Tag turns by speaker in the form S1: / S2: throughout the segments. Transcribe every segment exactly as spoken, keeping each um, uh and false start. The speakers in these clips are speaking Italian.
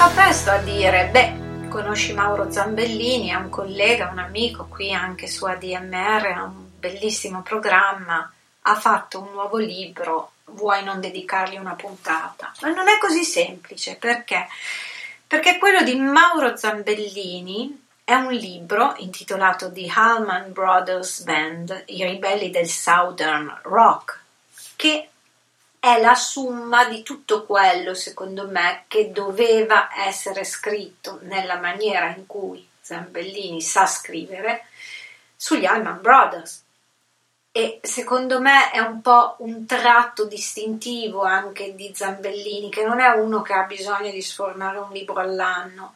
S1: fa presto a dire, beh, conosci Mauro Zambellini, è un collega, un amico qui anche su A D M R, ha un bellissimo programma, ha fatto un nuovo libro, vuoi non dedicargli una puntata? Ma non è così semplice, perché? Perché quello di Mauro Zambellini è un libro intitolato The Allman Brothers Band, i ribelli del Southern Rock, che è la summa di tutto quello, secondo me, che doveva essere scritto nella maniera in cui Zambellini sa scrivere sugli Allman Brothers. E secondo me è un po' un tratto distintivo anche di Zambellini, che non è uno che ha bisogno di sfornare un libro all'anno.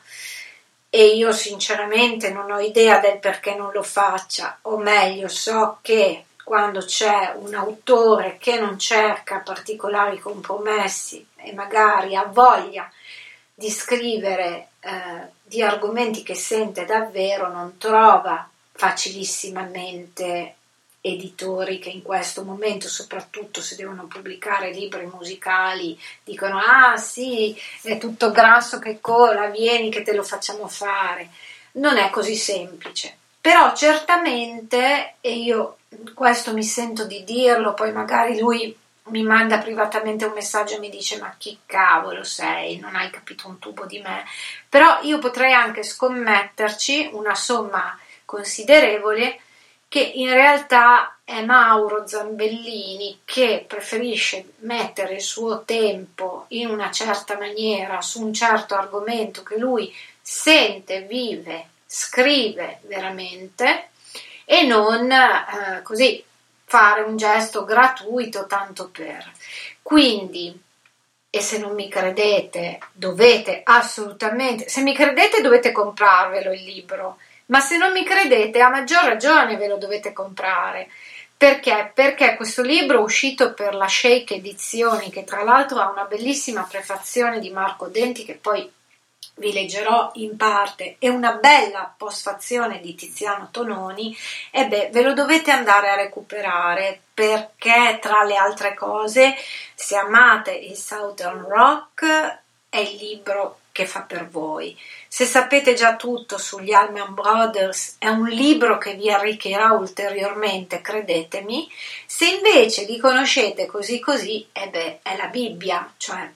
S1: E io sinceramente non ho idea del perché non lo faccia, o meglio, so che quando c'è un autore che non cerca particolari compromessi e magari ha voglia di scrivere eh, di argomenti che sente davvero, non trova facilissimamente editori che in questo momento, soprattutto se devono pubblicare libri musicali, dicono ah sì, è tutto grasso che cola, vieni che te lo facciamo fare. Non è così semplice, però certamente, e io questo mi sento di dirlo, poi magari lui mi manda privatamente un messaggio e mi dice ma chi cavolo sei, non hai capito un tubo di me, però io potrei anche scommetterci una somma considerevole che in realtà è Mauro Zambellini che preferisce mettere il suo tempo in una certa maniera su un certo argomento che lui sente, vive, scrive veramente, e non eh, così fare un gesto gratuito tanto per. Quindi, e se non mi credete, dovete assolutamente, se mi credete dovete comprarvelo il libro, ma se non mi credete a maggior ragione ve lo dovete comprare. Perché? Perché questo libro, uscito per la Shake Edizioni, che tra l'altro ha una bellissima prefazione di Marco Denti che poi vi leggerò in parte, e una bella postfazione di Tiziano Tononi, e beh, ve lo dovete andare a recuperare, perché tra le altre cose, se amate il Southern Rock, è il libro che fa per voi. Se sapete già tutto sugli Allman Brothers, è un libro che vi arricchirà ulteriormente, credetemi. Se invece li conoscete così così, e beh, è la Bibbia, cioè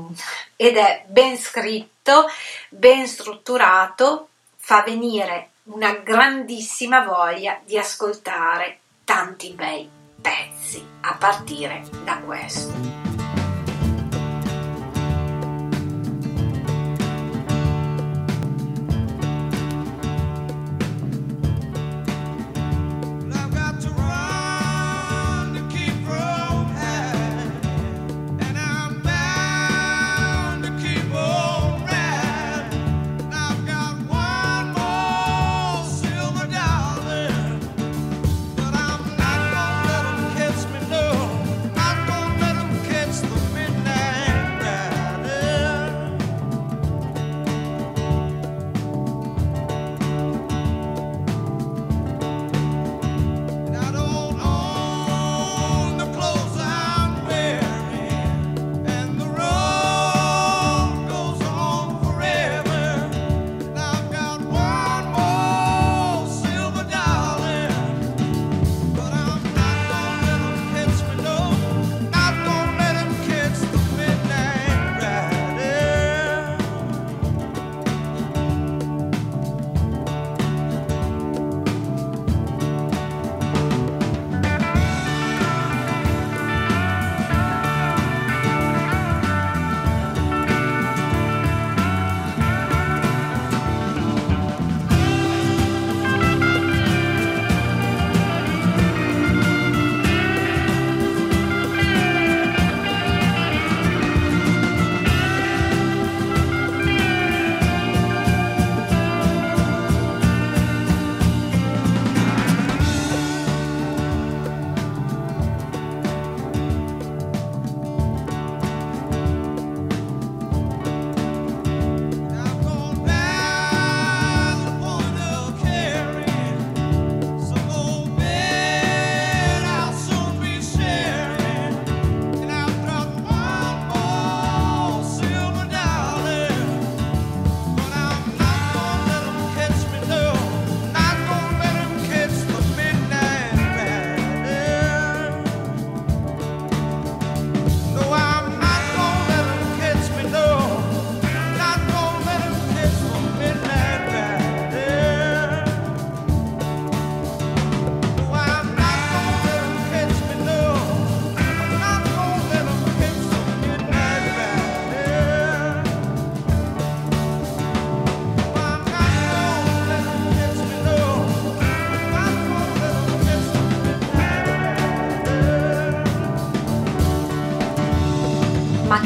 S1: ed è ben scritto, ben strutturato, fa venire una grandissima voglia di ascoltare tanti bei pezzi, a partire da questo.
S2: Catch me, no, I'm gonna let 'em catch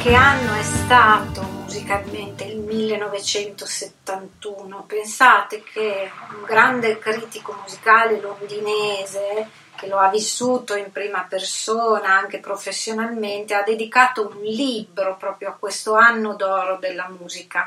S1: che anno è stato musicalmente il millenovecentosettantuno? Pensate che un grande critico musicale londinese, che lo ha vissuto in prima persona anche professionalmente, ha dedicato un libro proprio a questo anno d'oro della musica.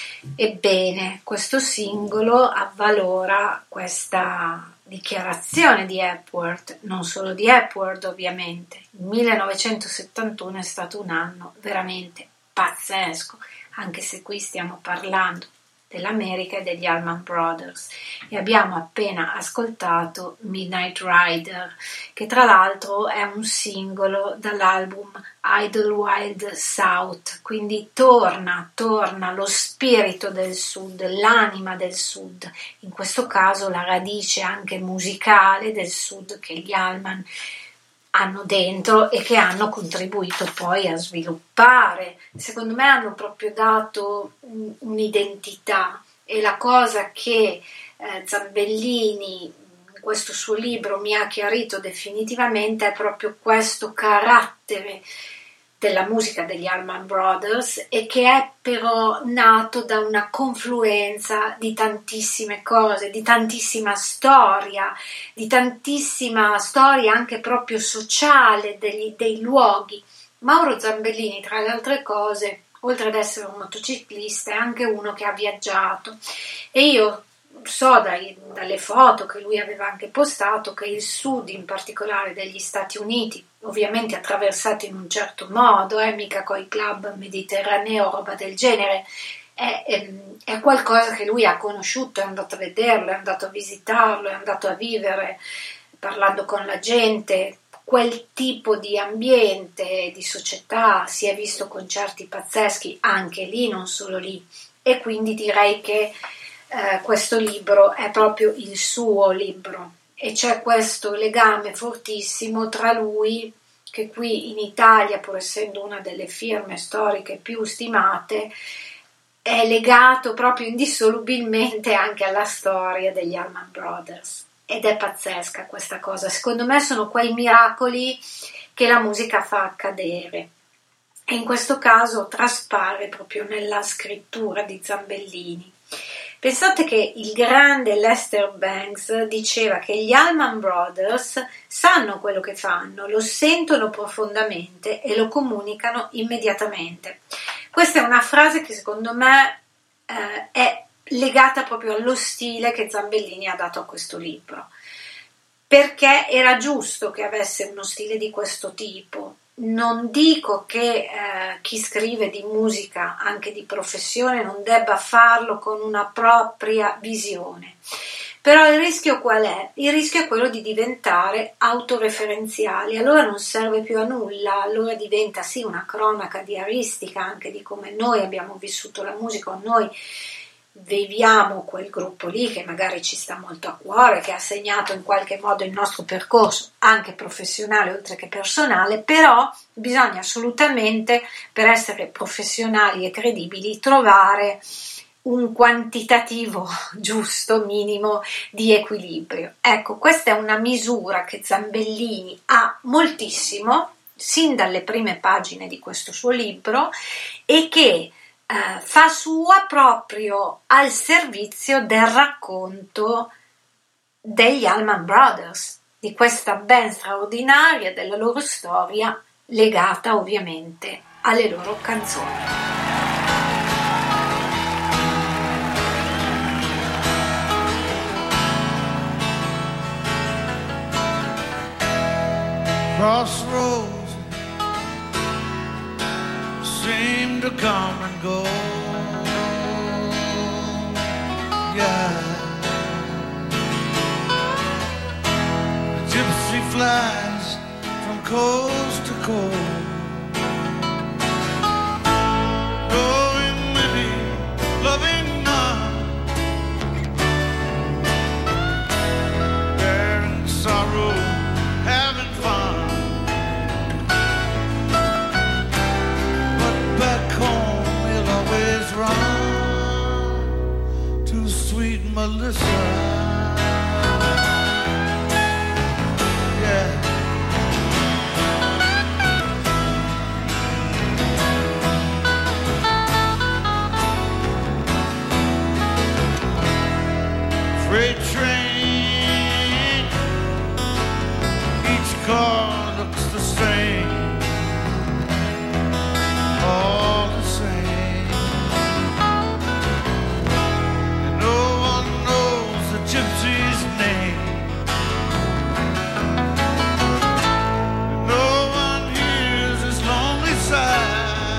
S1: Ebbene, questo singolo avvalora questa dichiarazione di Hepworth, non solo di Hepworth ovviamente. Il millenovecentosettantuno è stato un anno veramente pazzesco, anche se qui stiamo parlando dell'America e degli Allman Brothers, e abbiamo appena ascoltato Midnight Rider, che tra l'altro è un singolo dall'album Idlewild South, quindi torna, torna lo spirito del sud, l'anima del sud, in questo caso la radice anche musicale del sud che gli Allman hanno dentro e che hanno contribuito poi a sviluppare. Secondo me hanno proprio dato un'identità, e la cosa che eh, Zambellini in questo suo libro mi ha chiarito definitivamente è proprio questo carattere della musica degli Allman Brothers, e che è però nato da una confluenza di tantissime cose, di tantissima storia, di tantissima storia anche proprio sociale degli, dei luoghi. Mauro Zambellini, tra le altre cose, oltre ad essere un motociclista, è anche uno che ha viaggiato, e io so dai, dalle foto che lui aveva anche postato che il sud, in particolare degli Stati Uniti, ovviamente attraversato in un certo modo, eh, mica coi club mediterranei o roba del genere, è, è, è qualcosa che lui ha conosciuto, è andato a vederlo, è andato a visitarlo, è andato a vivere, parlando con la gente, quel tipo di ambiente, di società, si è visto concerti pazzeschi anche lì, non solo lì, e quindi direi che Eh, questo libro è proprio il suo libro, e c'è questo legame fortissimo tra lui, che qui in Italia, pur essendo una delle firme storiche più stimate, è legato proprio indissolubilmente anche alla storia degli Allman Brothers, ed è pazzesca questa cosa. Secondo me sono quei miracoli che la musica fa accadere, e in questo caso traspare proprio nella scrittura di Zambellini. Pensate che il grande Lester Bangs diceva che gli Allman Brothers sanno quello che fanno, lo sentono profondamente e lo comunicano immediatamente. Questa è una frase che secondo me eh, è legata proprio allo stile che Zambellini ha dato a questo libro, perché era giusto che avesse uno stile di questo tipo. Non dico che eh, chi scrive di musica, anche di professione, non debba farlo con una propria visione, però il rischio qual è? Il rischio è quello di diventare autoreferenziali, allora non serve più a nulla, allora diventa sì una cronaca diaristica anche di come noi abbiamo vissuto la musica, o noi viviamo quel gruppo lì che magari ci sta molto a cuore, che ha segnato in qualche modo il nostro percorso anche professionale oltre che personale, però bisogna assolutamente, per essere professionali e credibili, trovare un quantitativo giusto, minimo di equilibrio. Ecco, questa è una misura che Zambellini ha moltissimo sin dalle prime pagine di questo suo libro, e che Uh, fa sua proprio al servizio del racconto degli Allman Brothers, di questa band straordinaria, della loro storia legata ovviamente alle loro canzoni.
S2: Crossroads seem to come and go, yeah. The gypsy flies from coast to coast, knowing many, loving none, bearing sorrow, having fun. Back home we'll always run to sweet Melissa, yeah. freight train. Each car looks the same, all the same. And no one knows the gypsy's name. And no one hears his lonely sigh.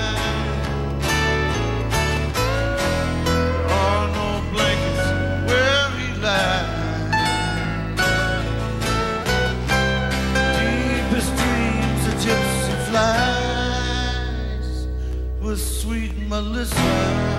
S2: With sweet Melissa.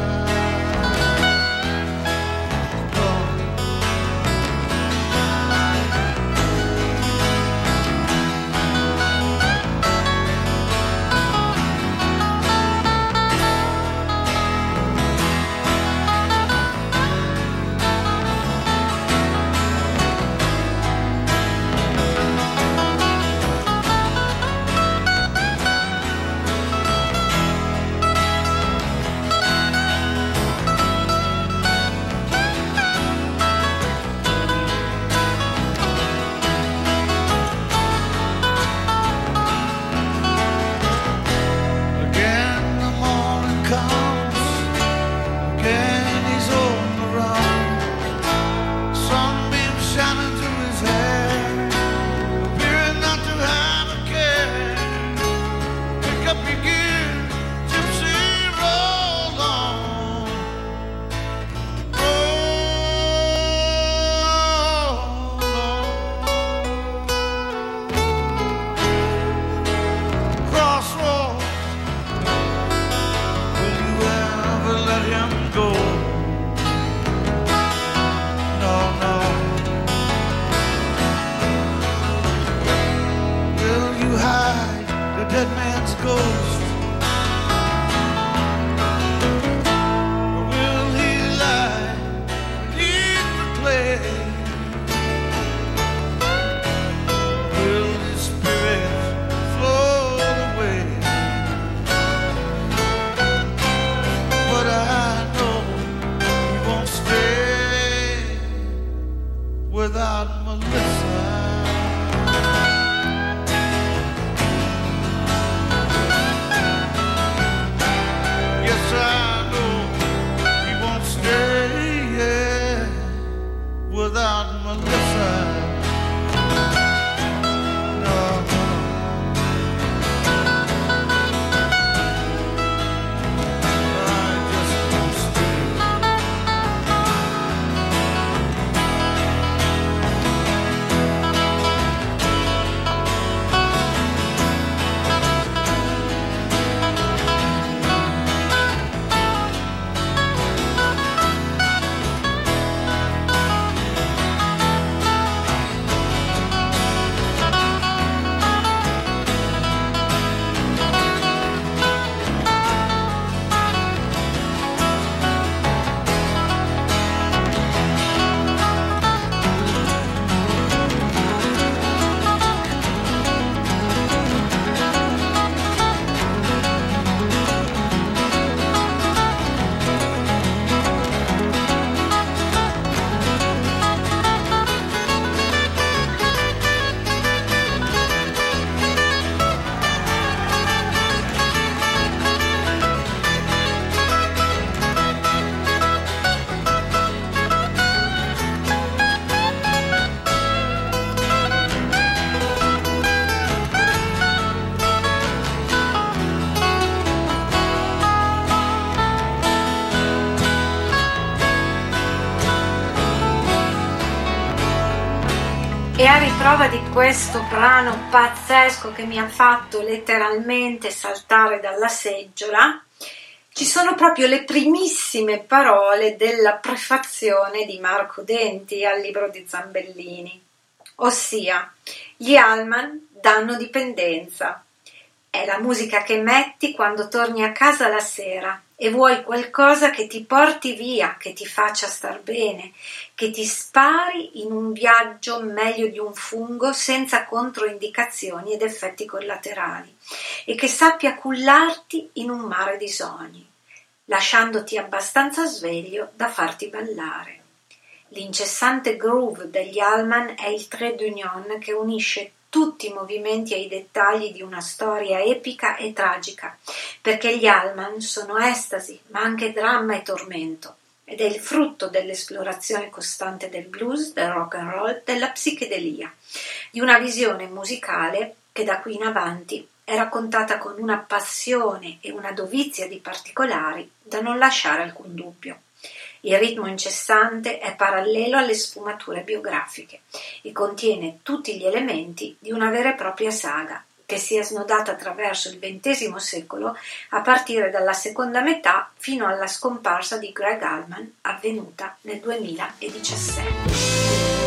S1: E a riprova di questo brano pazzesco che mi ha fatto letteralmente saltare dalla seggiola, ci sono proprio le primissime parole della prefazione di Marco Denti al libro di Zambellini, ossia: gli Allman danno dipendenza. È la musica che metti quando torni a casa la sera e vuoi qualcosa che ti porti via, che ti faccia star bene, che ti spari in un viaggio meglio di un fungo senza controindicazioni ed effetti collaterali e che sappia cullarti in un mare di sogni, lasciandoti abbastanza sveglio da farti ballare. L'incessante groove degli Allman è il trait d'union che unisce tutti i movimenti e i dettagli di una storia epica e tragica, perché gli Allman sono estasi, ma anche dramma e tormento, ed è il frutto dell'esplorazione costante del blues, del rock and roll, della psichedelia, di una visione musicale che da qui in avanti è raccontata con una passione e una dovizia di particolari da non lasciare alcun dubbio. Il ritmo incessante è parallelo alle sfumature biografiche e contiene tutti gli elementi di una vera e propria saga che si è snodata attraverso il ventesimo secolo a partire dalla seconda metà fino alla scomparsa di Gregg Allman avvenuta nel duemiladiciassette.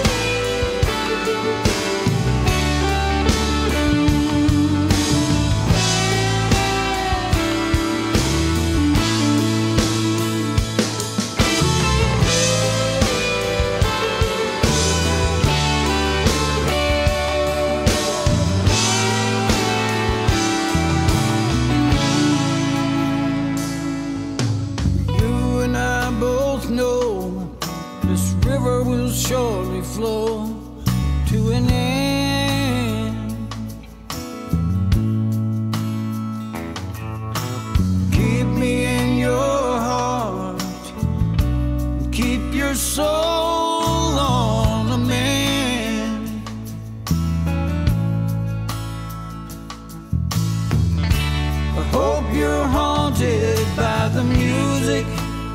S3: Surely flow to an end. Keep me in your heart, keep your soul on the mend. I hope you're haunted by the music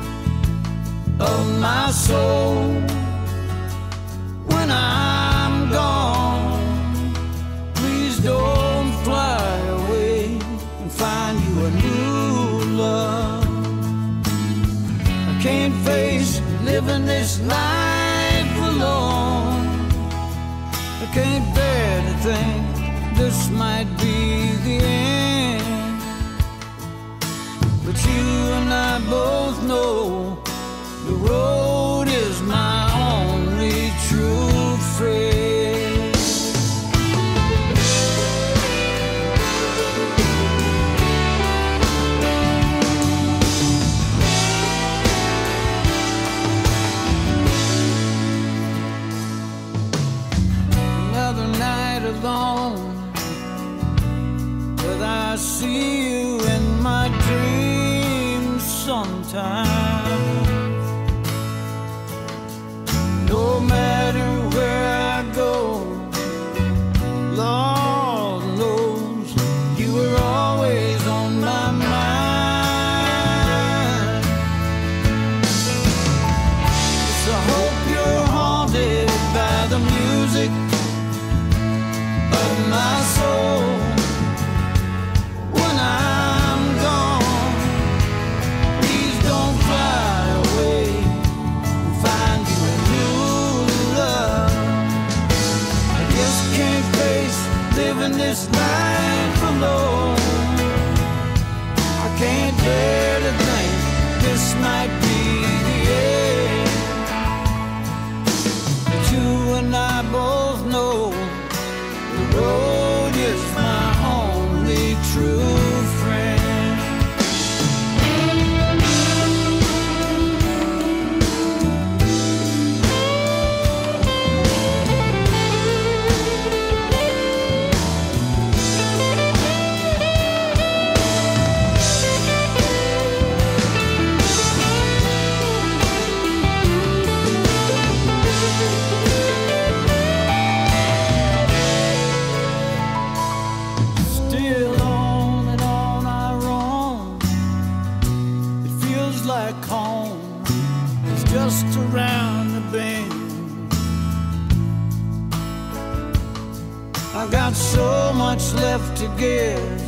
S3: of my soul. When I'm gone, please don't fly away and find you a new love. I can't face living this life alone. I can't bear to think this might be the end. But you and I both know the road is my only true friend. Another night alone, but I see you in my dreams sometimes. No matter where I go, Lord knows you were always on my mind. So I hope you're haunted by the music of my soul. When I'm gone, please don't fly away and find you a new love. I just can't face living this life alone. I can't bear to think this might be the end. But you and I both know the road is my only true friend. Still on and on I roam. It feels like home. It's just around the bend. I got so much left to give,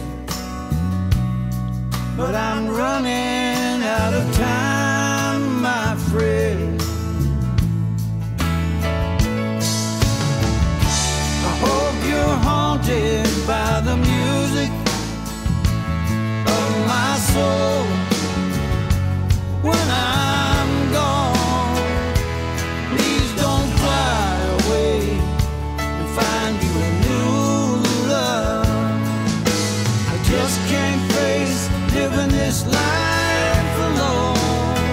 S3: but I'm running out of time, my friend. I hope you're haunted by the music of my soul. When I'm gone, please don't fly away and find you a new love. I just can't face living this life alone.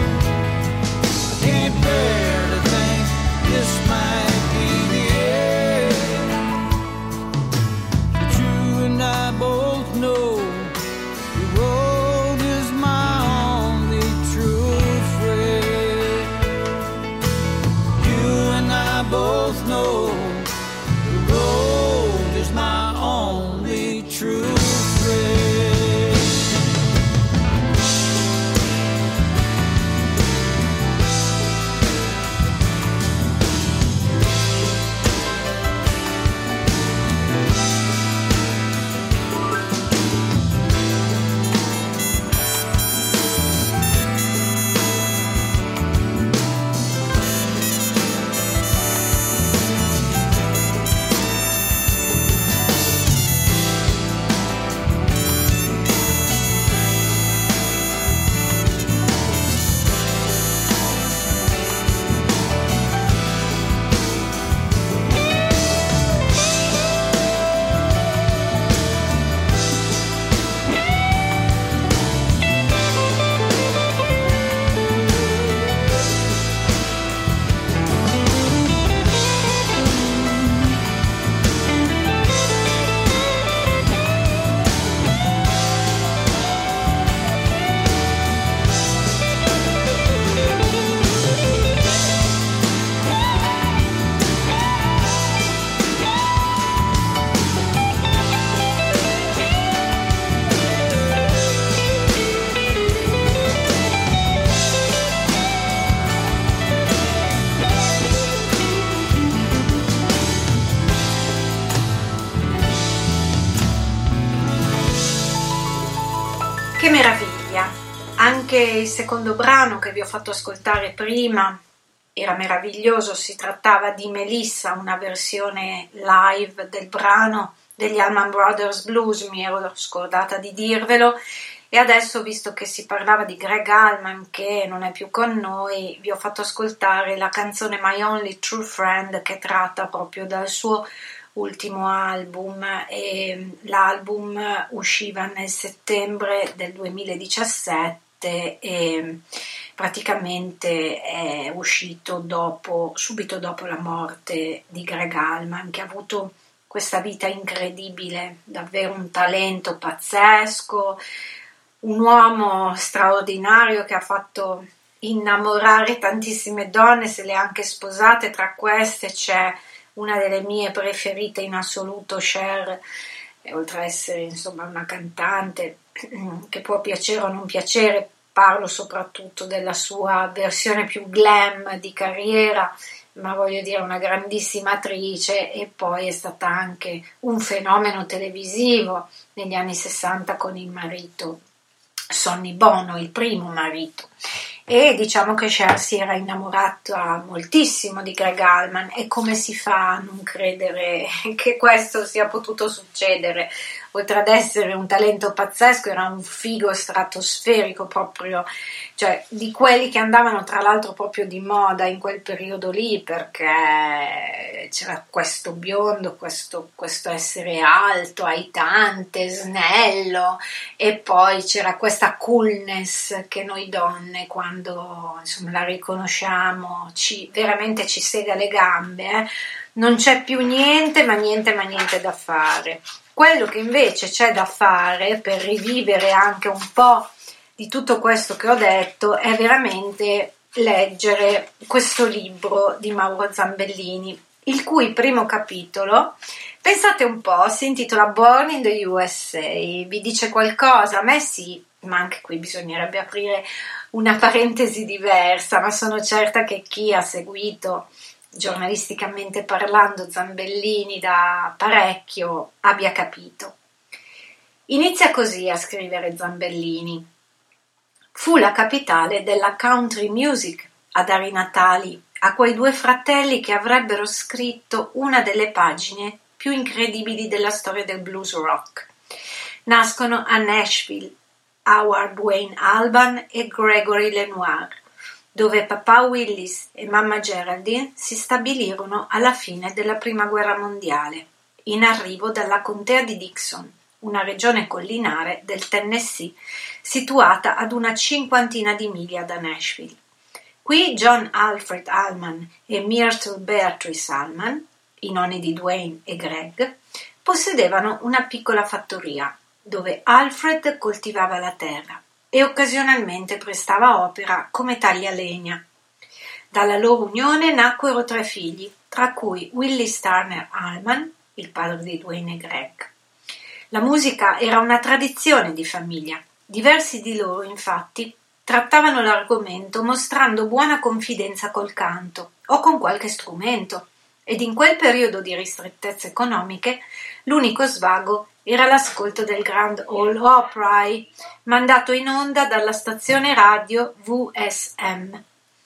S1: Anche il secondo brano che vi ho fatto ascoltare prima era meraviglioso, si trattava di Melissa, una versione live del brano degli Allman Brothers Blues, mi ero scordata di dirvelo. E adesso, visto che si parlava di Greg Allman che non è più con noi, vi ho fatto ascoltare la canzone My Only True Friend, che è tratta proprio dal suo ultimo album, e l'album usciva nel settembre del duemiladiciassette e praticamente è uscito dopo, subito dopo la morte di Greg Allman, che ha avuto questa vita incredibile, davvero un talento pazzesco, un uomo straordinario che ha fatto innamorare tantissime donne, se le ha anche sposate. Tra queste c'è una delle mie preferite in assoluto, Cher, e oltre a essere insomma una cantante che può piacere o non piacere, parlo soprattutto della sua versione più glam di carriera, ma voglio dire una grandissima attrice, e poi è stata anche un fenomeno televisivo negli anni sessanta con il marito Sonny Bono, il primo marito. E diciamo che Cher si era innamorata moltissimo di Greg Allman, e come si fa a non credere che questo sia potuto succedere? Oltre ad essere un talento pazzesco, era un figo stratosferico, proprio, cioè di quelli che andavano tra l'altro proprio di moda in quel periodo lì, perché c'era questo biondo, questo, questo essere alto, aitante, snello, e poi c'era questa coolness che noi donne, quando insomma la riconosciamo, ci, veramente ci sega le gambe, eh? Non c'è più niente, ma niente, ma niente da fare. Quello che invece c'è da fare per rivivere anche un po' di tutto questo che ho detto è veramente leggere questo libro di Mauro Zambellini, il cui primo capitolo, pensate un po', si intitola Born in the U S A. Vi dice qualcosa? A me sì, ma anche qui bisognerebbe aprire una parentesi diversa, ma sono certa che chi ha seguito giornalisticamente parlando Zambellini da parecchio abbia capito. Inizia così a scrivere Zambellini: fu la capitale della country music a dare i natali a quei due fratelli che avrebbero scritto una delle pagine più incredibili della storia del blues rock. Nascono a Nashville Howard Wayne Alban e Gregory Lenoir, dove papà Willis e mamma Geraldine si stabilirono alla fine della Prima Guerra Mondiale, in arrivo dalla contea di Dixon, una regione collinare del Tennessee situata ad una cinquantina di miglia da Nashville. Qui John Alfred Allman e Myrtle Beatrice Allman, i nonni di Dwayne e Greg, possedevano una piccola fattoria, dove Alfred coltivava la terra e occasionalmente prestava opera come taglialegna. Dalla loro unione nacquero tre figli, tra cui Willis Turner Allman, il padre di Dwayne e Greg. La musica era una tradizione di famiglia. Diversi di loro, infatti, trattavano l'argomento mostrando buona confidenza col canto o con qualche strumento, ed in quel periodo di ristrettezze economiche l'unico svago era l'ascolto del Grand Ole Opry, mandato in onda dalla stazione radio V S M.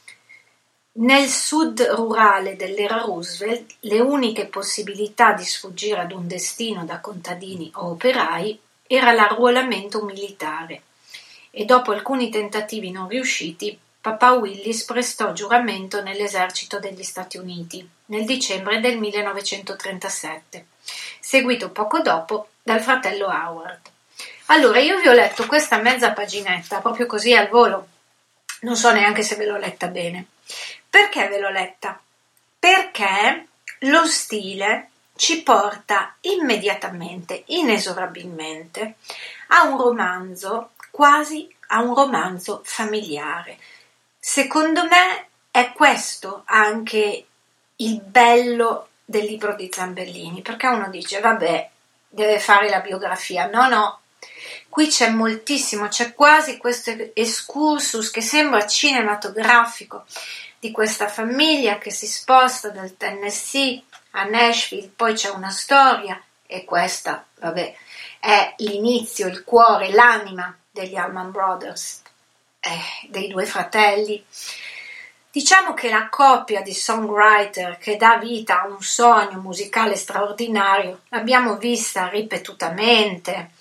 S1: Nel sud rurale dell'era Roosevelt, le uniche possibilità di sfuggire ad un destino da contadini o operai era l'arruolamento militare, e dopo alcuni tentativi non riusciti, papà Willis prestò giuramento nell'esercito degli Stati Uniti nel dicembre del millenovecentotrentasette, seguito poco dopo dal fratello Howard. Allora, io vi ho letto questa mezza paginetta proprio così al volo, non so neanche se ve l'ho letta bene. Perché ve l'ho letta? Perché lo stile ci porta immediatamente, inesorabilmente, a un romanzo, quasi a un romanzo familiare. Secondo me è questo anche il bello del libro di Zambellini, perché uno dice, vabbè, deve fare la biografia. No, no, qui c'è moltissimo, c'è quasi questo excursus che sembra cinematografico di questa famiglia che si sposta dal Tennessee a Nashville, poi c'è una storia, e questa, vabbè, è l'inizio, il cuore, l'anima degli Allman Brothers. eh, dei due fratelli. Diciamo che la coppia di songwriter che dà vita a un sogno musicale straordinario l'abbiamo vista ripetutamente.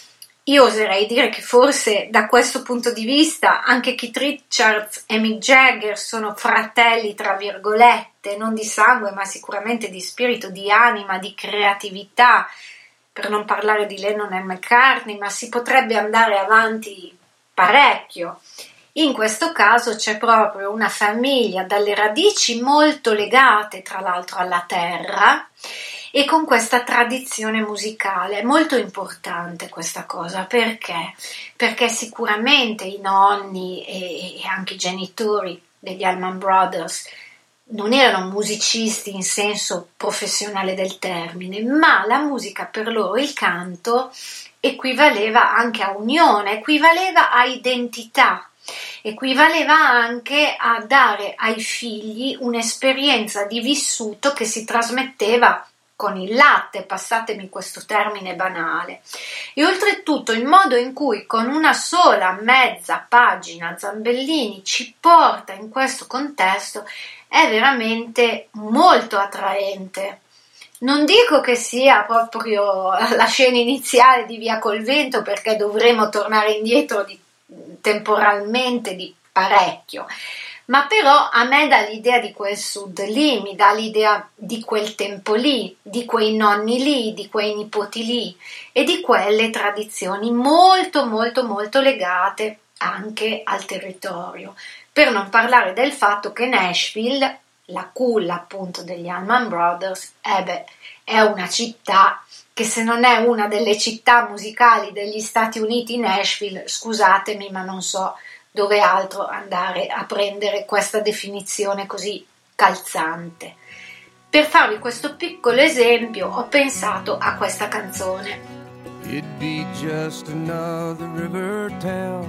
S1: Io oserei dire che forse da questo punto di vista anche Keith Richards e Mick Jagger sono fratelli tra virgolette, non di sangue ma sicuramente di spirito, di anima, di creatività, per non parlare di Lennon e McCartney, ma si potrebbe andare avanti parecchio. In questo caso c'è proprio una famiglia dalle radici molto legate tra l'altro alla terra e con questa tradizione musicale. È molto importante questa cosa, perché? Perché sicuramente i nonni e, e anche i genitori degli Allman Brothers non erano musicisti in senso professionale del termine, ma la musica per loro, il canto, equivaleva anche a unione, equivaleva a identità, equivaleva anche a dare ai figli un'esperienza di vissuto che si trasmetteva con il latte, passatemi questo termine banale. E oltretutto il modo in cui con una sola mezza pagina Zambellini ci porta in questo contesto è veramente molto attraente. Non dico che sia proprio la scena iniziale di Via col vento, perché dovremo tornare indietro di, temporalmente di parecchio, ma però a me dà l'idea di quel sud lì, mi dà l'idea di quel tempo lì, di quei nonni lì, di quei nipoti lì e di quelle tradizioni molto molto molto legate anche al territorio. Per non parlare del fatto che Nashville, la culla appunto degli Allman Brothers, eh beh, è una città che se non è una delle città musicali degli Stati Uniti, Nashville, scusatemi ma non so dove altro andare a prendere questa definizione così calzante. Per farvi questo piccolo esempio ho pensato a questa canzone.
S3: It'd be just another river town.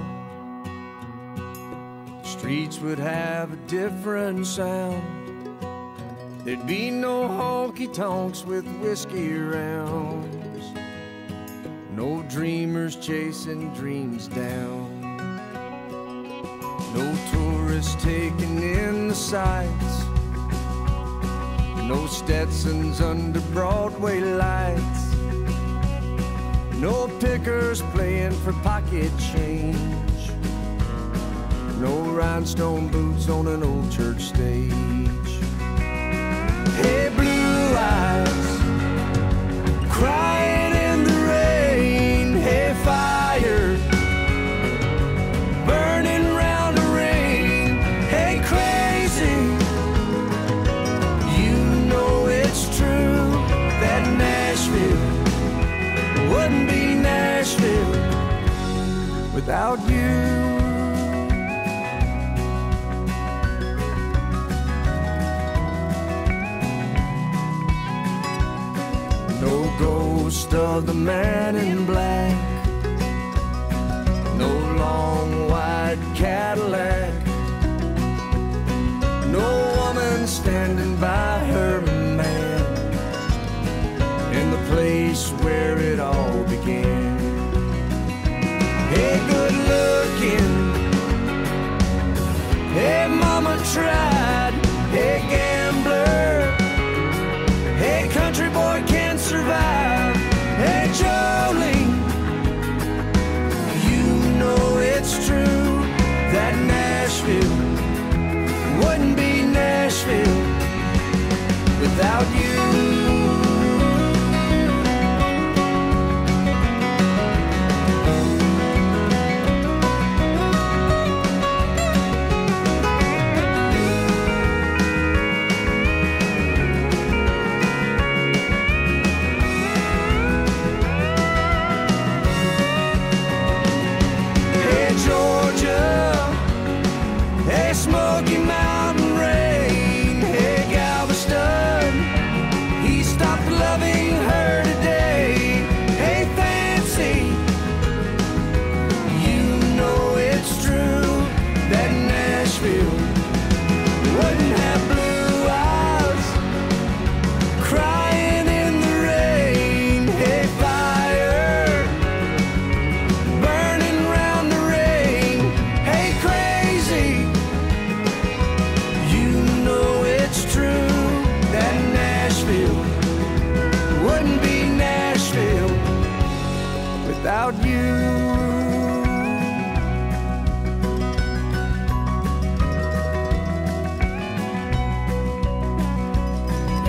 S3: The streets would have a different sound. There'd be no honky-tonks with whiskey rounds. No dreamers chasing dreams down. No tourists taking in the sights. No Stetsons under Broadway lights. No pickers playing for pocket change. No rhinestone boots on an old church stage. Hey, blue eyes, crying in the rain. Hey, fire, burning round the ring. Hey, crazy, you know it's true that Nashville wouldn't be Nashville without you. No ghost of the man in black. No long white Cadillac. No woman standing by her man in the place where it all began. Hey, good looking. Hey, mama tried. Hey, gambler. Hey, country boy can't survive. Hey, Jolene, you know it's true that Nashville wouldn't be Nashville without you.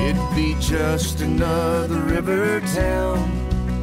S2: it'd be just another river town.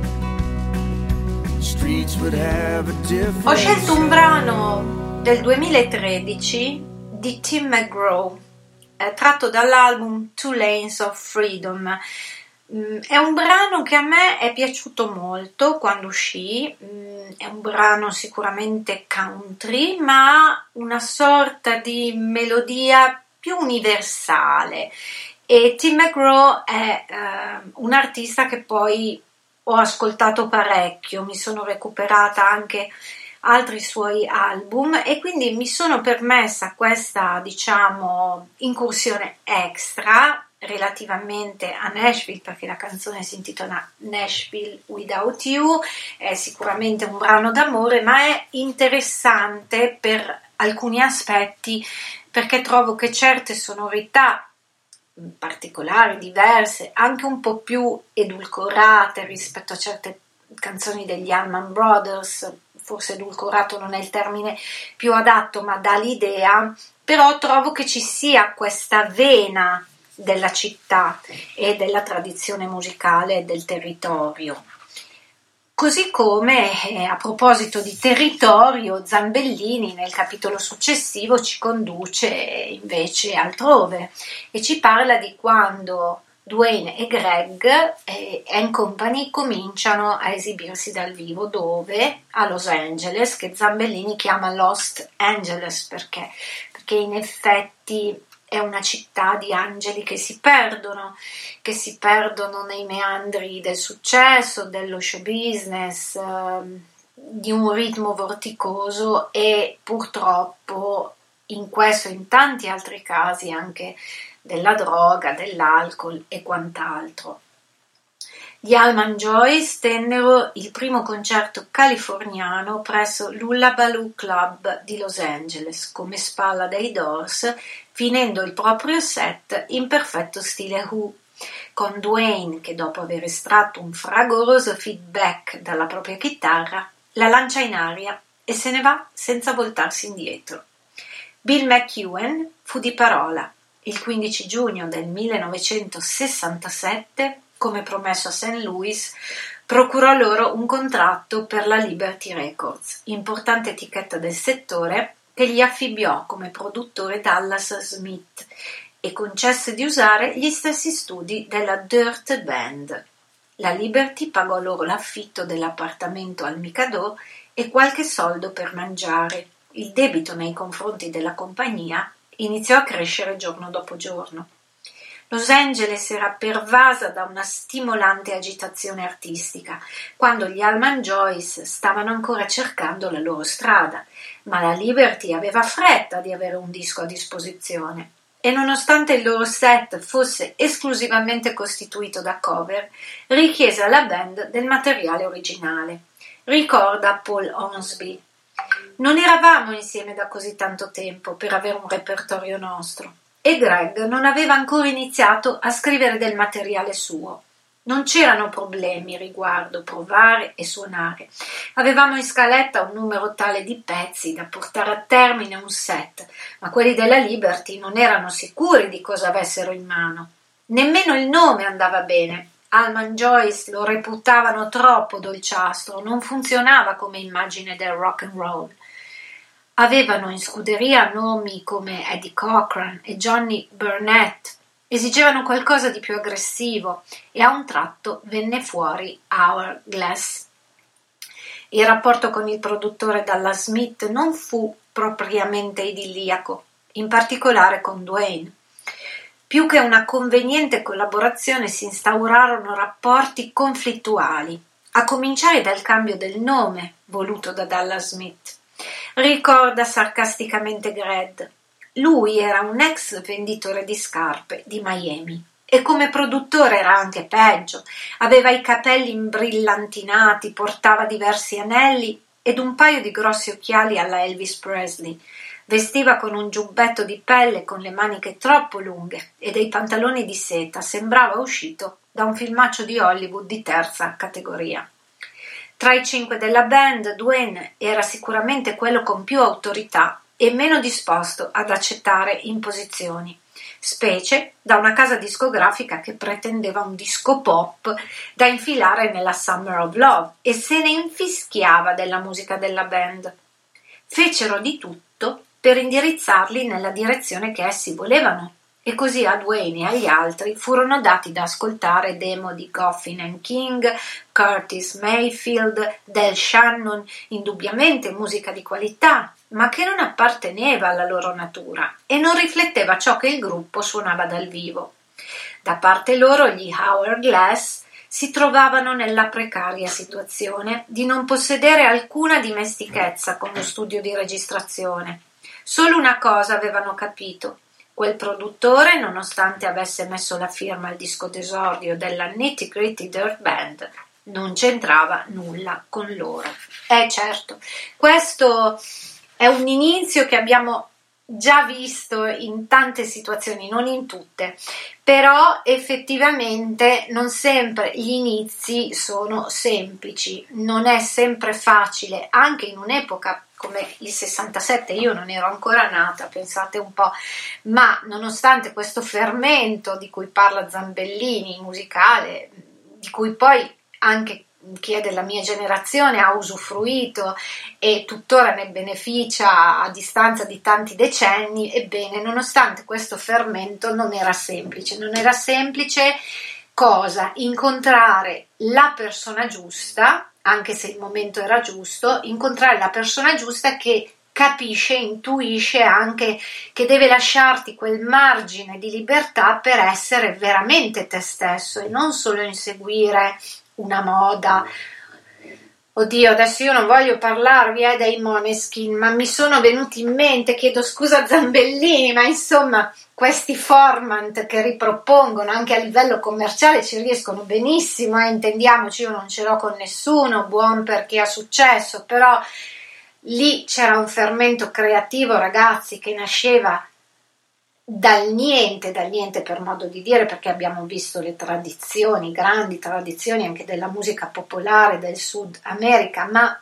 S2: Streets would have a different
S1: Ho scelto un
S2: sound.
S1: brano del duemilatredici di Tim McGraw, eh, tratto dall'album Two Lanes of Freedom. Mm, è un brano che a me è piaciuto molto quando uscì. Mm, è un brano sicuramente country, ma una sorta di melodia più universale. E Tim McGraw è eh, un artista che poi ho ascoltato parecchio, mi sono recuperata anche altri suoi album e quindi mi sono permessa questa, diciamo, incursione extra relativamente a Nashville, perché la canzone si intitola Nashville Without You, è sicuramente un brano d'amore, ma è interessante per alcuni aspetti, perché trovo che certe sonorità particolari, diverse, anche un po' più edulcorate rispetto a certe canzoni degli Allman Brothers, forse edulcorato non è il termine più adatto, ma dà l'idea, però trovo che ci sia questa vena della città e della tradizione musicale e del territorio. Così come, eh, a proposito di territorio, Zambellini nel capitolo successivo ci conduce invece altrove e ci parla di quando Duane e Greg e and Company cominciano a esibirsi dal vivo, dove? A Los Angeles, che Zambellini chiama Lost Angeles, perché? Perché in effetti è una città di angeli che si perdono, che si perdono nei meandri del successo, dello show business, eh, di un ritmo vorticoso e purtroppo in questo e in tanti altri casi anche della droga, dell'alcol e quant'altro. Gli Allman Joyce tennero il primo concerto californiano presso l'Hullabaloo Club di Los Angeles come spalla dei Doors, finendo il proprio set in perfetto stile Who, con Duane che dopo aver estratto un fragoroso feedback dalla propria chitarra la lancia in aria e se ne va senza voltarsi indietro. Bill McEwen fu di parola. Il quindici giugno del millenovecentosessantasette, come promesso a Saint Louis, procurò loro un contratto per la Liberty Records, importante etichetta del settore, che gli affibbiò come produttore Dallas Smith e concesse di usare gli stessi studi della Dirt Band. La Liberty pagò loro l'affitto dell'appartamento al Mikado e qualche soldo per mangiare. Il debito nei confronti della compagnia iniziò a crescere giorno dopo giorno. Los Angeles era pervasa da una stimolante agitazione artistica, quando gli Allman Joyce stavano ancora cercando la loro strada, ma la Liberty aveva fretta di avere un disco a disposizione e nonostante il loro set fosse esclusivamente costituito da cover, richiese alla band del materiale originale. Ricorda Paul Hornsby: non eravamo insieme da così tanto tempo per avere un repertorio nostro. E Greg non aveva ancora iniziato a scrivere del materiale suo. Non c'erano problemi riguardo provare e suonare. Avevamo in scaletta un numero tale di pezzi da portare a termine un set, ma quelli della Liberty non erano sicuri di cosa avessero in mano. Nemmeno il nome andava bene. Allman Joyce lo reputavano troppo dolciastro, non funzionava come immagine del rock and roll. Avevano in scuderia nomi come Eddie Cochran e Johnny Burnett, esigevano qualcosa di più aggressivo e a un tratto venne fuori Hourglass. Il rapporto con il produttore Dallas Smith non fu propriamente idilliaco, in particolare con Duane. Più che una conveniente collaborazione si instaurarono rapporti conflittuali, a cominciare dal cambio del nome voluto da Dallas Smith. Ricorda sarcasticamente Greg: lui era un ex venditore di scarpe di Miami e come produttore era anche peggio. Aveva i capelli imbrillantinati, portava diversi anelli ed un paio di grossi occhiali alla Elvis Presley. Vestiva con un giubbetto di pelle con le maniche troppo lunghe e dei pantaloni di seta, sembrava uscito da un filmaccio di Hollywood di terza categoria. Tra i cinque della band, Duane era sicuramente quello con più autorità e meno disposto ad accettare imposizioni. specie da una casa discografica che pretendeva un disco pop da infilare nella Summer of Love e se ne infischiava della musica della band. Fecero di tutto per indirizzarli nella direzione che essi volevano, e così a Duane e agli altri furono dati da ascoltare demo di Goffin and King, Curtis Mayfield, Del Shannon, indubbiamente musica di qualità, ma che non apparteneva alla loro natura e non rifletteva ciò che il gruppo suonava dal vivo. Da parte loro gli Hourglass si trovavano nella precaria situazione di non possedere alcuna dimestichezza con lo studio di registrazione. Solo una cosa avevano capito: quel produttore, nonostante avesse messo la firma al disco d'esordio della Nitty Gritty Dirt Band, non c'entrava nulla con loro. Eh certo, questo è un inizio che abbiamo già visto in tante situazioni, non in tutte, però effettivamente non sempre gli inizi sono semplici, non è sempre facile, anche in un'epoca come il sessantasette, io non ero ancora nata, pensate un po', ma nonostante questo fermento di cui parla Zambellini, musicale, di cui poi anche chi è della mia generazione ha usufruito e tuttora ne beneficia a distanza di tanti decenni, ebbene, nonostante questo fermento non era semplice, non era semplice cosa? Incontrare la persona giusta, anche se il momento era giusto, incontrare la persona giusta che capisce, intuisce anche che deve lasciarti quel margine di libertà per essere veramente te stesso e non solo inseguire una moda. Oddio, adesso io non voglio parlarvi eh, dei Måneskin, ma mi sono venuti in mente, chiedo scusa a Zambellini, ma insomma questi format che ripropongono anche a livello commerciale ci riescono benissimo, eh, intendiamoci, io non ce l'ho con nessuno, buon per chi ha successo, però lì c'era un fermento creativo, ragazzi, che nasceva dal niente, dal niente per modo di dire, perché abbiamo visto le tradizioni, grandi tradizioni anche della musica popolare del Sud America, ma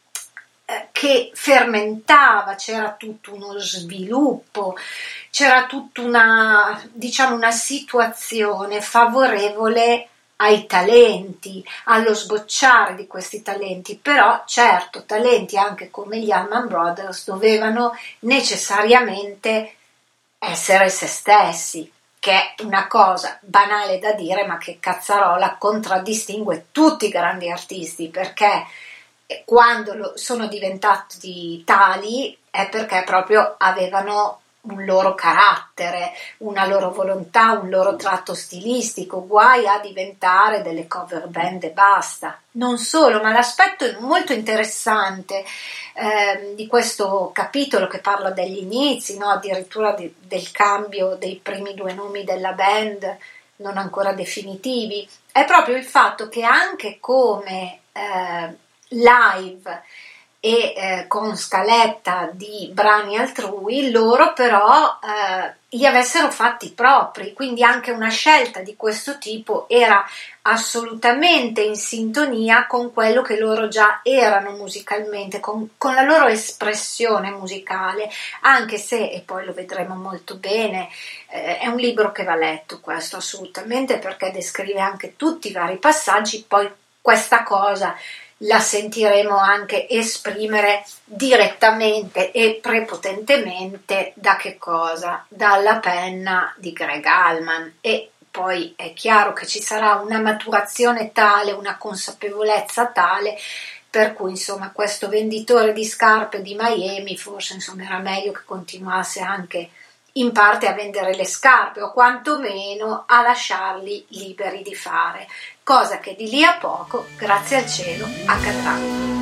S1: eh, che fermentava, c'era tutto uno sviluppo, c'era tutta una, diciamo, una situazione favorevole ai talenti, allo sbocciare di questi talenti, però certo talenti anche come gli Allman Brothers dovevano necessariamente essere se stessi, che è una cosa banale da dire ma che cazzarola contraddistingue tutti i grandi artisti, perché quando lo sono diventati tali è perché proprio avevano un loro carattere, una loro volontà, un loro tratto stilistico, guai a diventare delle cover band e basta. Non solo, ma l'aspetto molto interessante eh, di questo capitolo che parla degli inizi, no? Addirittura di, del cambio dei primi due nomi della band non ancora definitivi, è proprio il fatto che anche come eh, live e eh, con scaletta di brani altrui, loro però eh, li avessero fatti propri, quindi anche una scelta di questo tipo era assolutamente in sintonia con quello che loro già erano musicalmente, con, con la loro espressione musicale, anche se, e poi lo vedremo molto bene, eh, è un libro che va letto questo assolutamente, perché descrive anche tutti i vari passaggi, poi questa cosa la sentiremo anche esprimere direttamente e prepotentemente da che cosa? Dalla penna di Greg Allman, e poi è chiaro che ci sarà una maturazione tale, una consapevolezza tale, per cui insomma questo venditore di scarpe di Miami forse insomma era meglio che continuasse anche in parte a vendere le scarpe o quantomeno a lasciarli liberi di fare, cosa che di lì a poco, grazie al cielo, accadrà.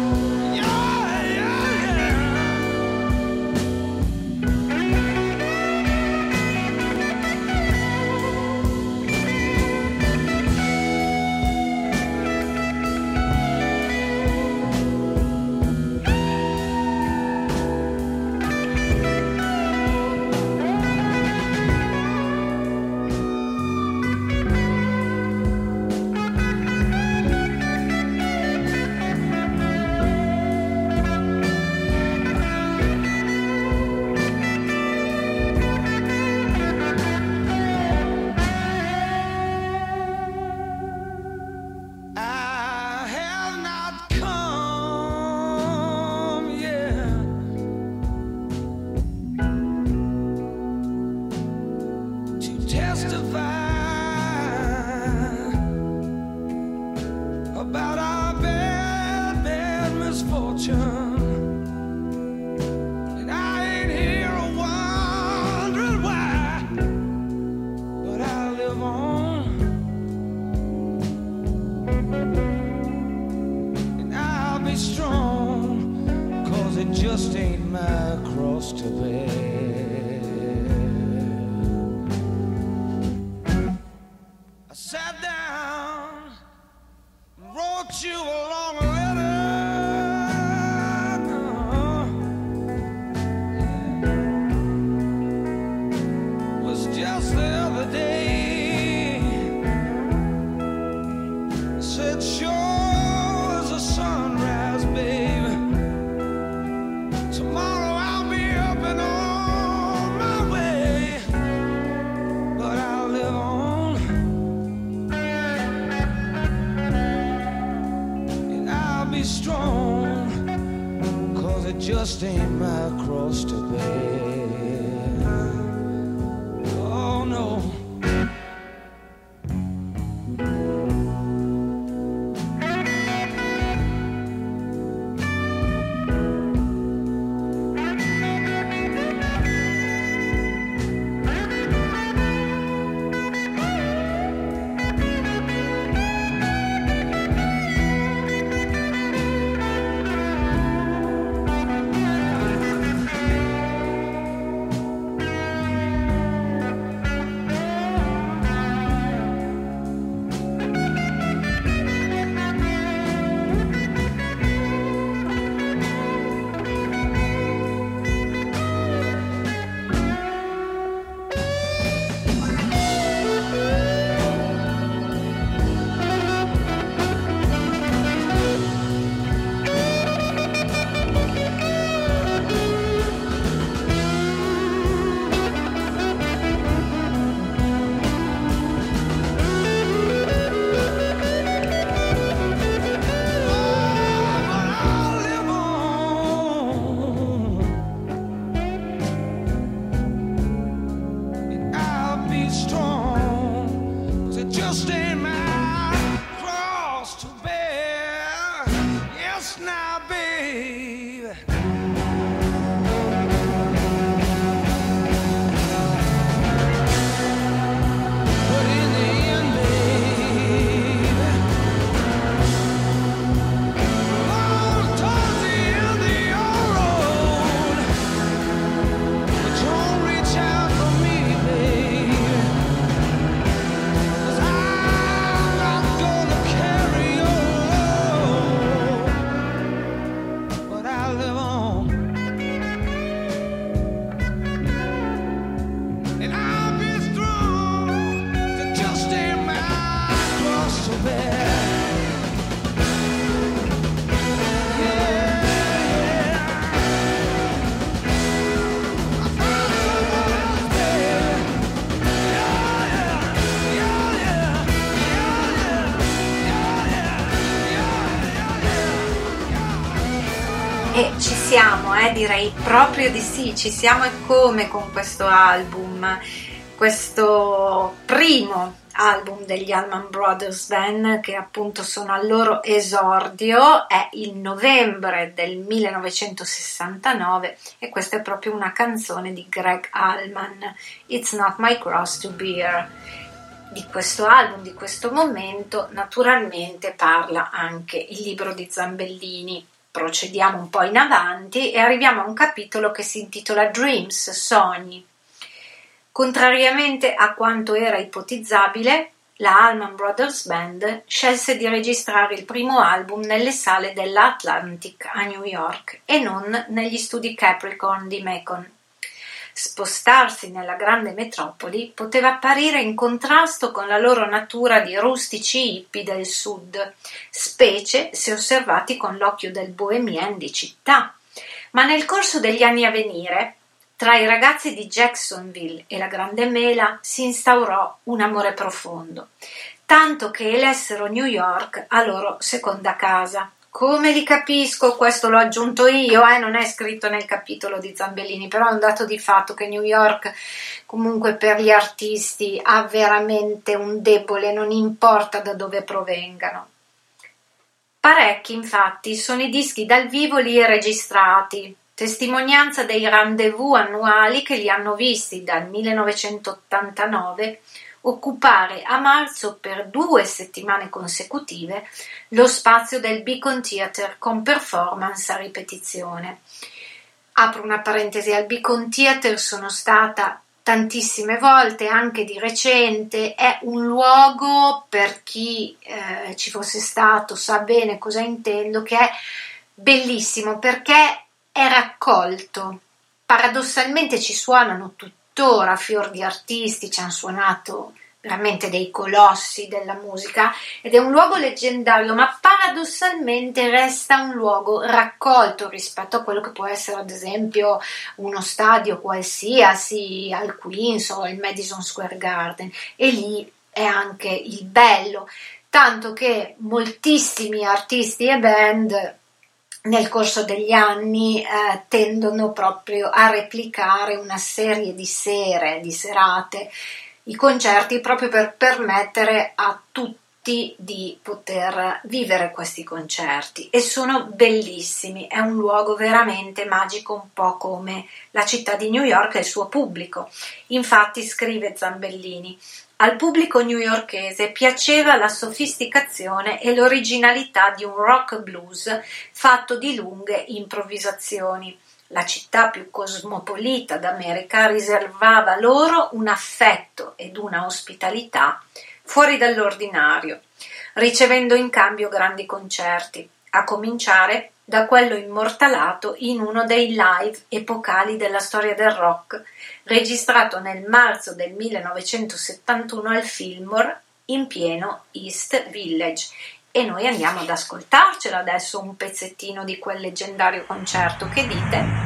S3: just ain't my cross to bear. I sat down and wrote you a long letter. It was just the other day. I said, sure as a sunrise, babe. Tomorrow I'll be up and on my way, but I'll live on, and I'll be strong, 'cause it just ain't my cross to bear. Oh no.
S1: E ci siamo, eh, direi proprio di sì, ci siamo e come con questo album, questo primo album degli Allman Brothers Band, che appunto sono al loro esordio, è il novembre del millenovecentosessantanove e questa è proprio una canzone di Gregg Allman, It's Not My Cross to Bear. Di questo album, di questo momento, naturalmente parla anche il libro di Zambellini. Procediamo un po' in avanti e arriviamo a un capitolo che si intitola Dreams, sogni. Contrariamente a quanto era ipotizzabile, la Allman Brothers Band scelse di registrare il primo album nelle sale dell'Atlantic a New York e non negli studi Capricorn di Macon. Spostarsi nella grande metropoli poteva apparire in contrasto con la loro natura di rustici hippie del sud, specie se osservati con l'occhio del bohemien di città. Ma nel corso degli anni a venire, tra i ragazzi di Jacksonville e la Grande Mela si instaurò un amore profondo, tanto che elessero New York a loro seconda casa. Come li capisco, questo l'ho aggiunto io, eh, non è scritto nel capitolo di Zambellini, però è un dato di fatto che New York comunque per gli artisti ha veramente un debole, non importa da dove provengano. Parecchi infatti sono i dischi dal vivo lì registrati, testimonianza dei rendezvous annuali che li hanno visti dal millenovecentottantanove occupare a marzo per due settimane consecutive lo spazio del Beacon Theatre con performance a ripetizione. Apro una parentesi, al Beacon Theatre sono stata tantissime volte, anche di recente. È un luogo, per chi eh, ci fosse stato sa bene cosa intendo, che è bellissimo perché è raccolto. Paradossalmente ci suonano tuttora fior di artisti, ci hanno suonato veramente dei colossi della musica, ed è un luogo leggendario, ma paradossalmente resta un luogo raccolto rispetto a quello che può essere ad esempio uno stadio qualsiasi al Queens o al Madison Square Garden, e lì è anche il bello, tanto che moltissimi artisti e band nel corso degli anni eh, tendono proprio a replicare una serie di sere, di serate, i concerti, proprio per permettere a tutti di poter vivere questi concerti, e sono bellissimi. È un luogo veramente magico, un po' come la città di New York e il suo pubblico. Infatti, scrive Zambellini, al pubblico newyorkese piaceva la sofisticazione e l'originalità di un rock blues fatto di lunghe improvvisazioni. La città più cosmopolita d'America riservava loro un affetto ed una ospitalità fuori dall'ordinario, ricevendo in cambio grandi concerti, a cominciare da quello immortalato in uno dei live epocali della storia del rock, registrato nel marzo del millenovecentosettantuno al Fillmore in pieno East Village. E noi andiamo ad ascoltarcelo adesso un pezzettino di quel leggendario concerto. Che dite?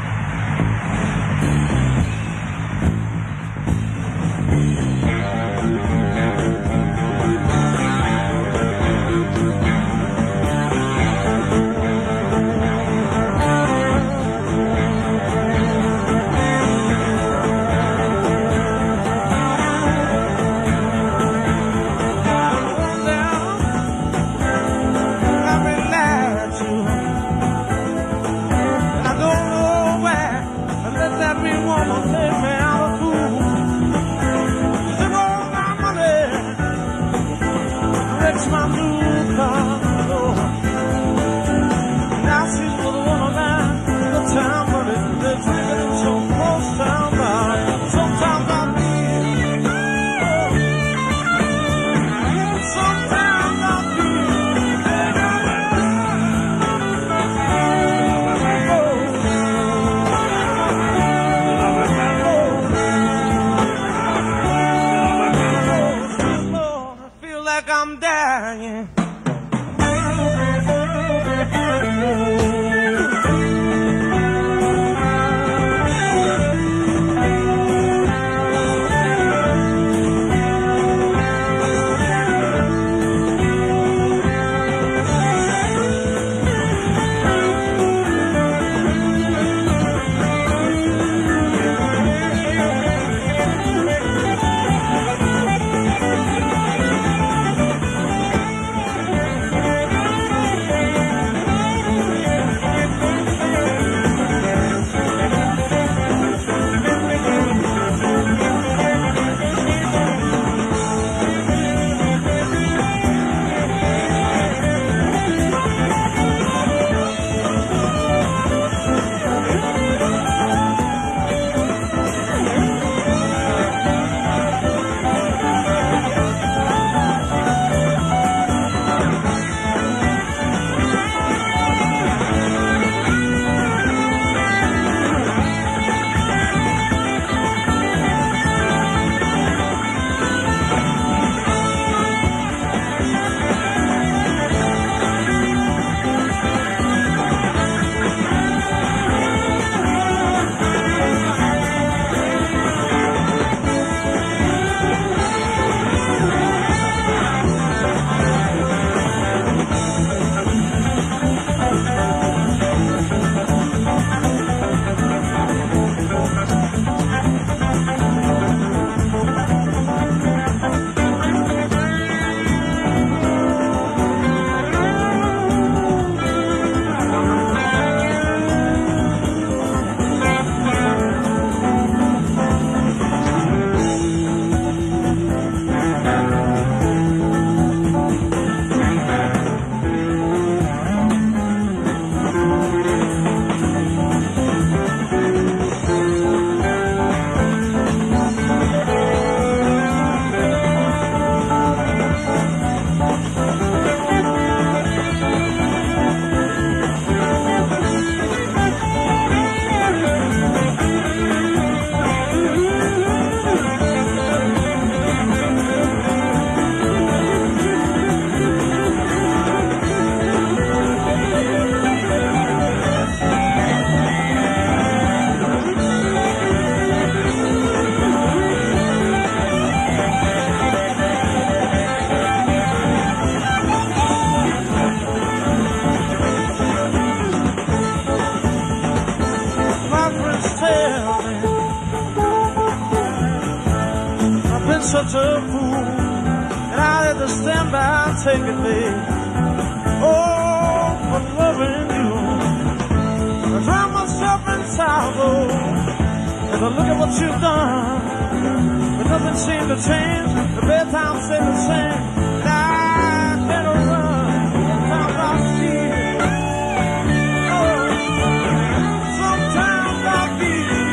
S3: a fool, and I had to stand by and take it, babe. Oh, for loving you. I drown myself in sorrow as I look at what you've done. But nothing seemed to change. The bedtime stayed the same. And I better run. Sometimes I see it. Oh, sometimes I feel it.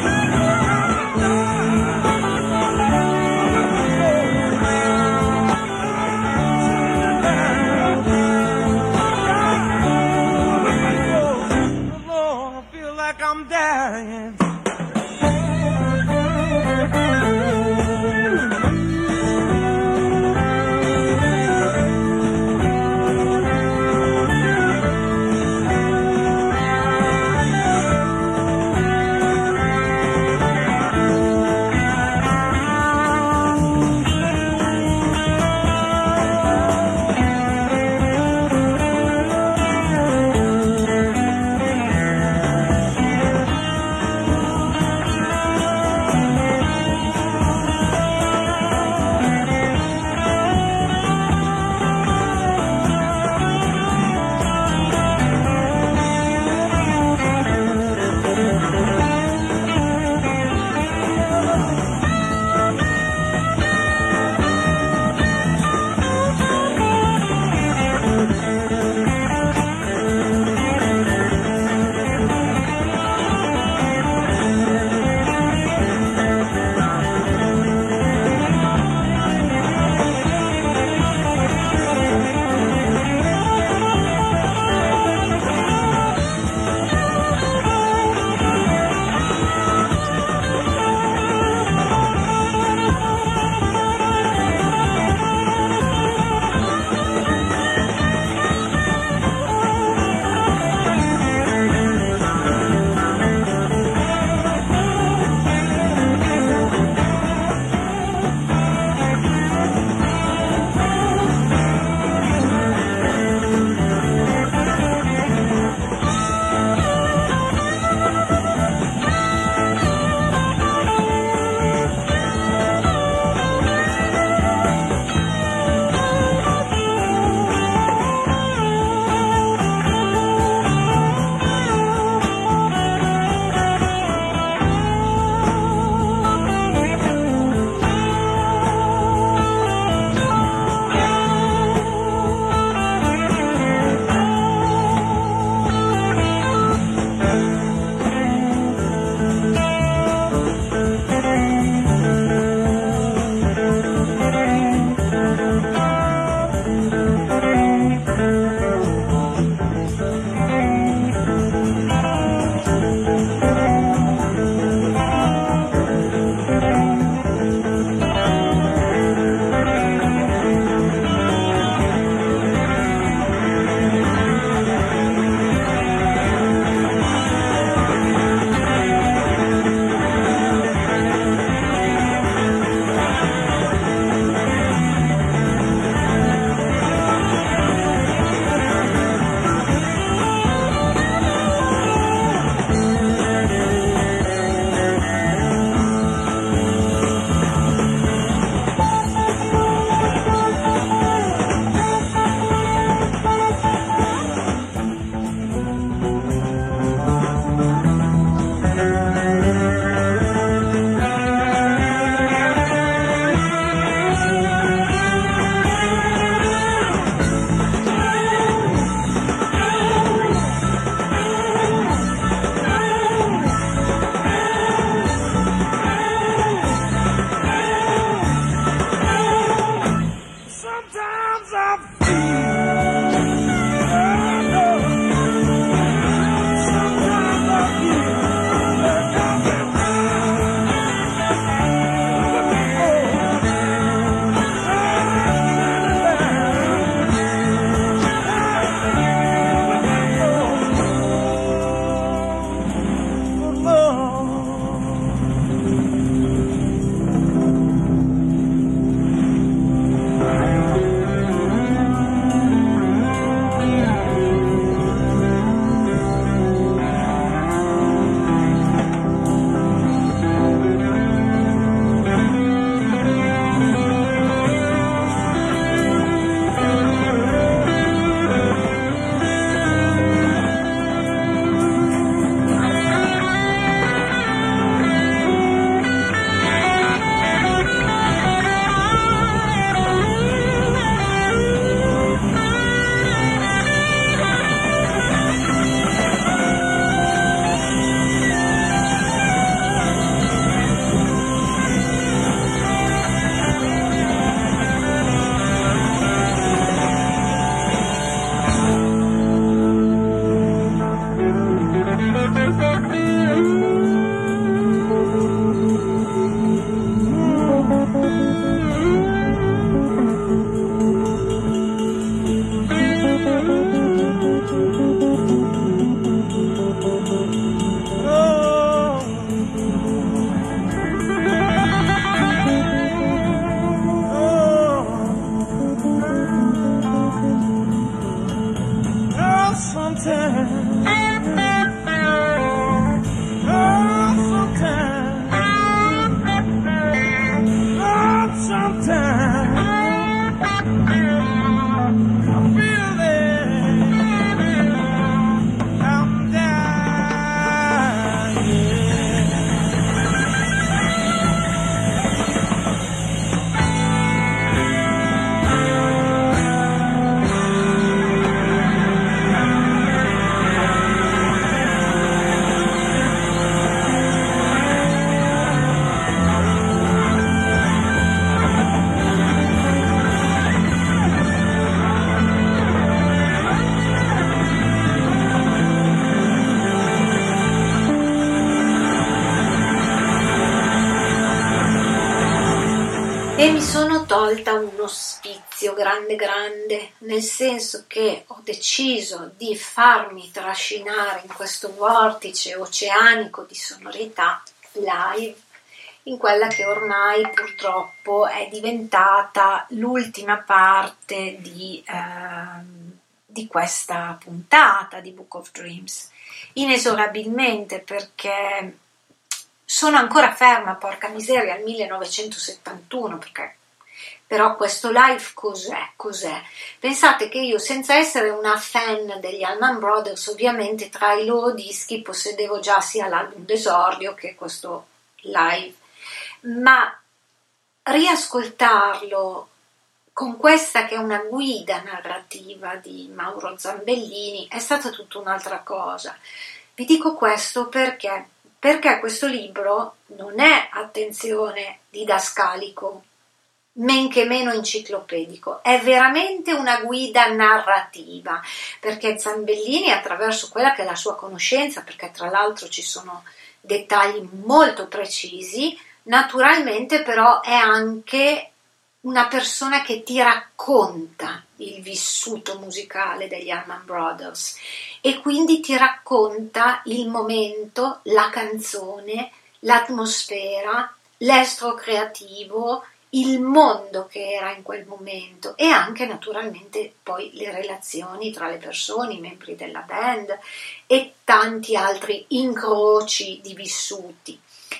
S3: Lord, I feel like I'm dying. sometimes, oh, sometimes, oh, sometimes, I feel it, I'm down, yeah.
S1: E mi sono tolta uno sfizio grande grande, nel senso che ho deciso di farmi trascinare in questo vortice oceanico di sonorità live, in quella che ormai purtroppo è diventata l'ultima parte di, eh, di questa puntata di Book of Dreams, inesorabilmente, perché sono ancora ferma, porca miseria, al millenovecentosettantuno, perché però questo live cos'è? Cos'è? Pensate che io, senza essere una fan degli Allman Brothers, ovviamente tra i loro dischi possedevo già sia l'album d'esordio che questo live, ma riascoltarlo con questa che è una guida narrativa di Mauro Zambellini è stata tutta un'altra cosa. Vi dico questo perché Perché questo libro non è, attenzione, didascalico, men che meno enciclopedico, è veramente una guida narrativa, perché Zambellini, attraverso quella che è la sua conoscenza, perché tra l'altro ci sono dettagli molto precisi, naturalmente però è anche una persona che ti racconta il vissuto musicale degli Allman Brothers e quindi ti racconta il momento, la canzone, l'atmosfera, l'estro creativo, il mondo che era in quel momento e anche naturalmente poi le relazioni tra le persone, i membri della band e tanti altri incroci di vissuti.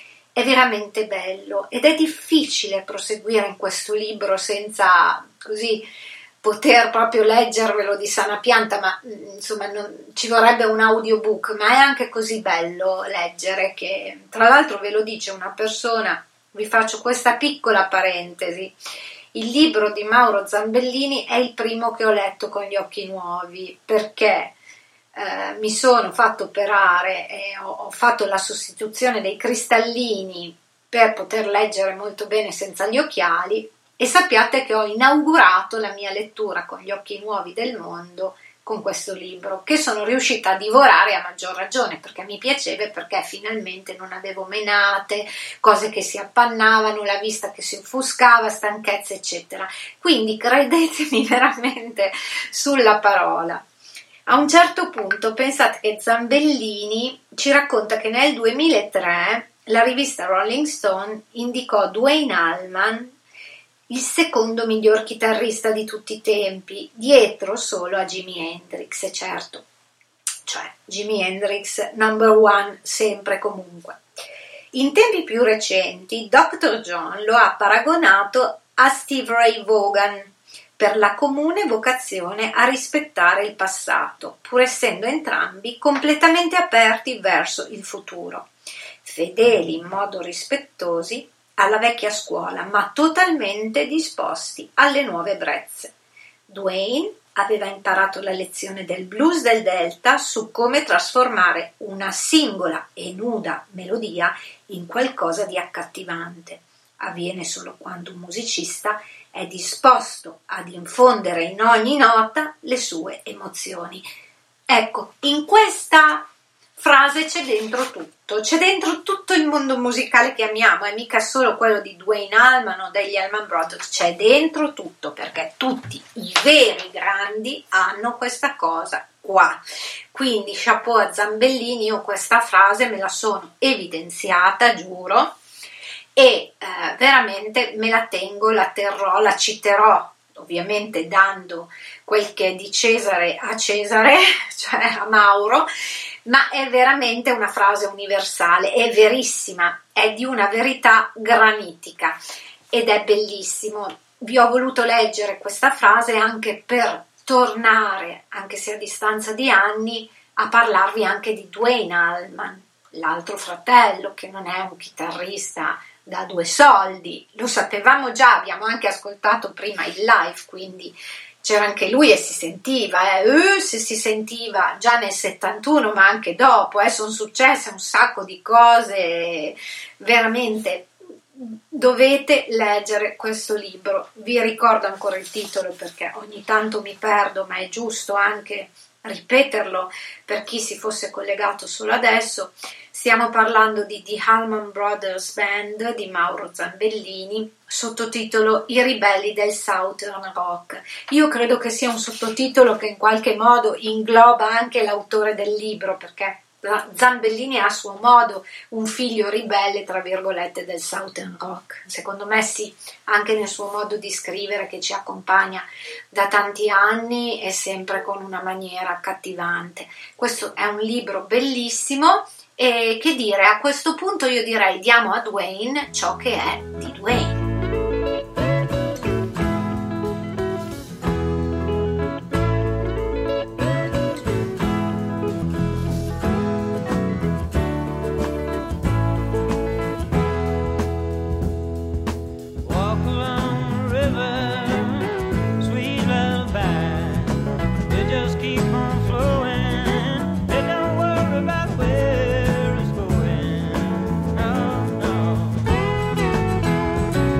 S1: È veramente bello ed è difficile proseguire in questo libro senza così poter proprio leggervelo di sana pianta, ma insomma non, ci vorrebbe un audiobook, ma è anche così bello leggere che, tra l'altro ve lo dice una persona, vi faccio questa piccola parentesi, il libro di Mauro Zambellini è il primo che ho letto con gli occhi nuovi, perché Eh, mi sono fatto operare e ho, ho fatto la sostituzione dei cristallini per poter leggere molto bene senza gli occhiali e sappiate che ho inaugurato la mia lettura con gli occhi nuovi del mondo con questo libro, che sono riuscita a divorare a maggior ragione perché mi piaceva e perché finalmente non avevo menate, cose che si appannavano, la vista che si offuscava, stanchezza eccetera, quindi credetemi veramente sulla parola. A un certo punto pensate che Zambellini ci racconta che nel duemilatré la rivista Rolling Stone indicò Duane Allman il secondo miglior chitarrista di tutti i tempi, dietro solo a Jimi Hendrix, e certo, cioè Jimi Hendrix number one sempre comunque. In tempi più recenti doctor John lo ha paragonato a Steve Ray Vaughan per la comune vocazione a rispettare il passato, pur essendo entrambi completamente aperti verso il futuro, fedeli in modo rispettosi alla vecchia scuola, ma totalmente disposti alle nuove brezze. Duane aveva imparato la lezione del blues del Delta su come trasformare una singola e nuda melodia in qualcosa di accattivante. Avviene solo quando un musicista è disposto ad infondere in ogni nota le sue emozioni. Ecco, in questa frase c'è dentro tutto, c'è dentro tutto il mondo musicale che amiamo, è mica solo quello di Duane Allman o degli Allman Brothers, c'è dentro tutto, perché tutti i veri grandi hanno questa cosa qua. Quindi chapeau a Zambellini, io questa frase me la sono evidenziata, giuro, e eh, veramente me la tengo, la terrò, la citerò ovviamente dando quel che è di Cesare a Cesare, cioè a Mauro, ma è veramente una frase universale, è verissima, è di una verità granitica ed è bellissimo. Vi ho voluto leggere questa frase anche per tornare, anche se a distanza di anni, a parlarvi anche di Duane Allman, l'altro fratello, che non è un chitarrista da due soldi, lo sapevamo già, abbiamo anche ascoltato prima il live, quindi c'era anche lui e si sentiva, eh, uh, se si sentiva già nel settantuno, ma anche dopo, eh, sono successe un sacco di cose, veramente dovete leggere questo libro. Vi ricordo ancora il titolo perché ogni tanto mi perdo, ma è giusto anche ripeterlo per chi si fosse collegato solo adesso. Stiamo parlando di The Allman Brothers Band di Mauro Zambellini, sottotitolo I ribelli del Southern Rock. Io credo che sia un sottotitolo che in qualche modo ingloba anche l'autore del libro, perché Zambellini ha a suo modo un figlio ribelle, tra virgolette, del Southern Rock. Secondo me sì, anche nel suo modo di scrivere che ci accompagna da tanti anni e sempre con una maniera accattivante. Questo è un libro bellissimo e che dire, a questo punto io direi diamo a Duane ciò che è di Duane.
S3: Thank you.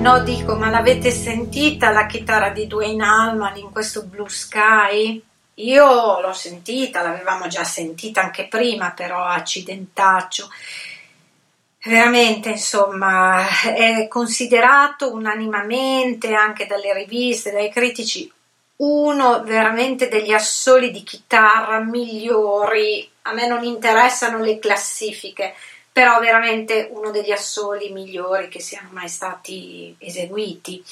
S1: No, dico, ma l'avete sentita la chitarra di Duane Allman in questo Blue Sky? Io l'ho sentita, l'avevamo già sentita anche prima, però accidentaccio. Veramente, insomma, è considerato unanimemente anche dalle riviste, dai critici, uno veramente degli assoli di chitarra migliori. A me non interessano le classifiche, però veramente uno degli assoli migliori che siano mai stati eseguiti,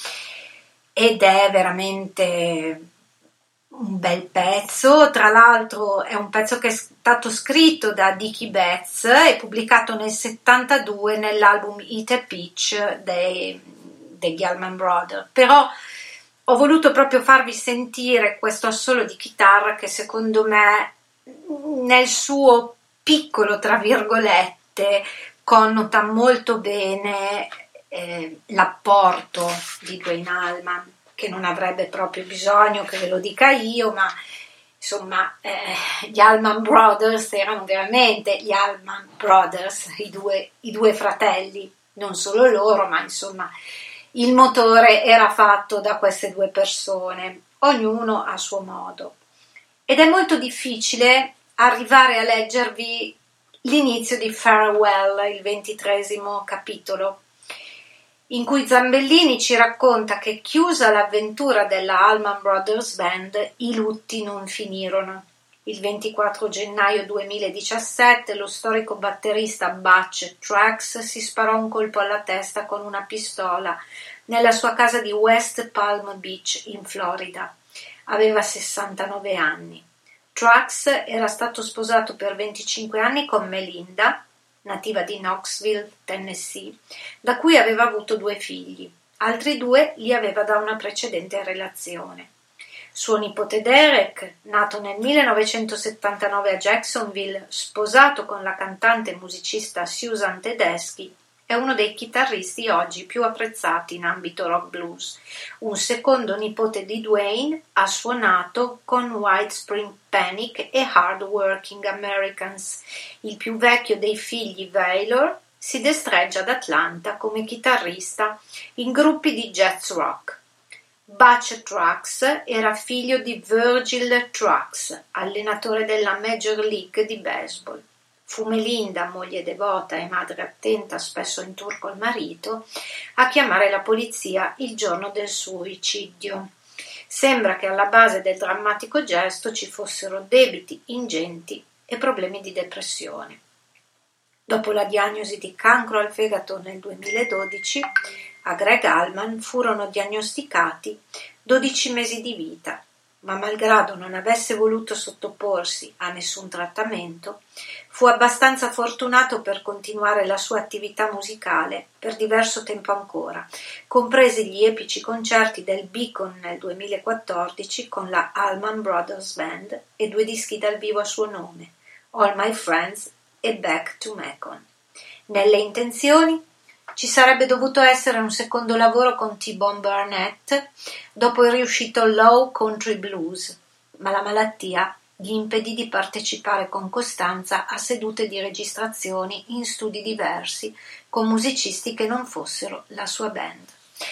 S1: ed è veramente un bel pezzo. Tra l'altro è un pezzo che è stato scritto da Dickie Betts e pubblicato nel settantadue nell'album Eat a Peach dei, degli Allman Brothers, però ho voluto proprio farvi sentire questo assolo di chitarra che secondo me nel suo piccolo tra virgolette connota molto bene eh, l'apporto di Duane Allman, che non avrebbe proprio bisogno che ve lo dica io, ma insomma eh, gli Allman Brothers erano veramente gli Allman Brothers, i due, i due fratelli, non solo loro, ma insomma il motore era fatto da queste due persone, ognuno a suo modo, ed è molto difficile arrivare a leggervi l'inizio di Farewell, il ventitreesimo capitolo, in cui Zambellini ci racconta che, chiusa l'avventura della Allman Brothers Band, i lutti non finirono. Il ventiquattro gennaio duemiladiciassette lo storico batterista Butch Truax si sparò un colpo alla testa con una pistola nella sua casa di West Palm Beach in Florida. Aveva sessantanove anni. Truax era stato sposato per venticinque anni con Melinda, nativa di Knoxville, Tennessee, da cui aveva avuto due figli. Altri due li aveva da una precedente relazione. Suo nipote Derek, nato nel millenovecentosettantanove a Jacksonville, sposato con la cantante e musicista Susan Tedeschi, è uno dei chitarristi oggi più apprezzati in ambito rock blues. Un secondo nipote di Duane ha suonato con White Spring Panic e Hard Working Americans. Il più vecchio dei figli, Waylor, si destreggia ad Atlanta come chitarrista in gruppi di jazz rock. Butch Truax era figlio di Virgil Truax, allenatore della Major League di baseball. Fu Melinda, moglie devota e madre attenta, spesso in tour col marito, a chiamare la polizia il giorno del suicidio. Sembra che alla base del drammatico gesto ci fossero debiti ingenti e problemi di depressione. Dopo la diagnosi di cancro al fegato nel duemiladodici, a Greg Allman furono diagnosticati dodici mesi di vita, ma malgrado non avesse voluto sottoporsi a nessun trattamento, fu abbastanza fortunato per continuare la sua attività musicale per diverso tempo ancora, compresi gli epici concerti del Beacon nel duemilaquattordici con la Allman Brothers Band e due dischi dal vivo a suo nome, All My Friends e Back to Macon. Nelle intenzioni ci sarebbe dovuto essere un secondo lavoro con T-Bone Burnett dopo il riuscito Low Country Blues, ma la malattia gli impedì di partecipare con costanza a sedute di registrazioni in studi diversi con musicisti che non fossero la sua band.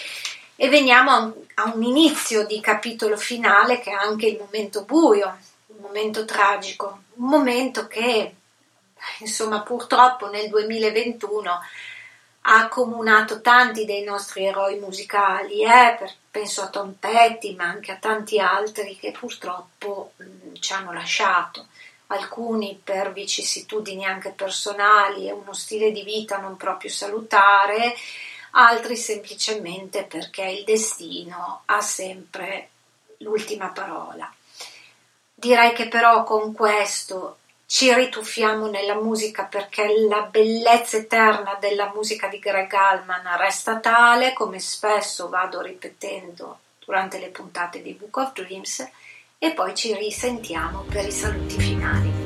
S1: E veniamo a un, a un inizio di capitolo finale che è anche il momento buio, un momento tragico, un momento che, insomma, purtroppo nel duemilaventuno ha accomunato tanti dei nostri eroi musicali, eh? per, penso a Tom Petty, ma anche a tanti altri che purtroppo mh, ci hanno lasciato, alcuni per vicissitudini anche personali e uno stile di vita non proprio salutare, altri semplicemente perché il destino ha sempre l'ultima parola. Direi che però con questo ci rituffiamo nella musica, perché la bellezza eterna della musica di Greg Allman resta tale, come spesso vado ripetendo durante le puntate di Book of Dreams, e poi ci risentiamo per i saluti finali.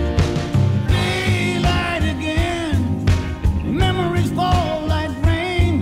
S3: Memories fall like rain.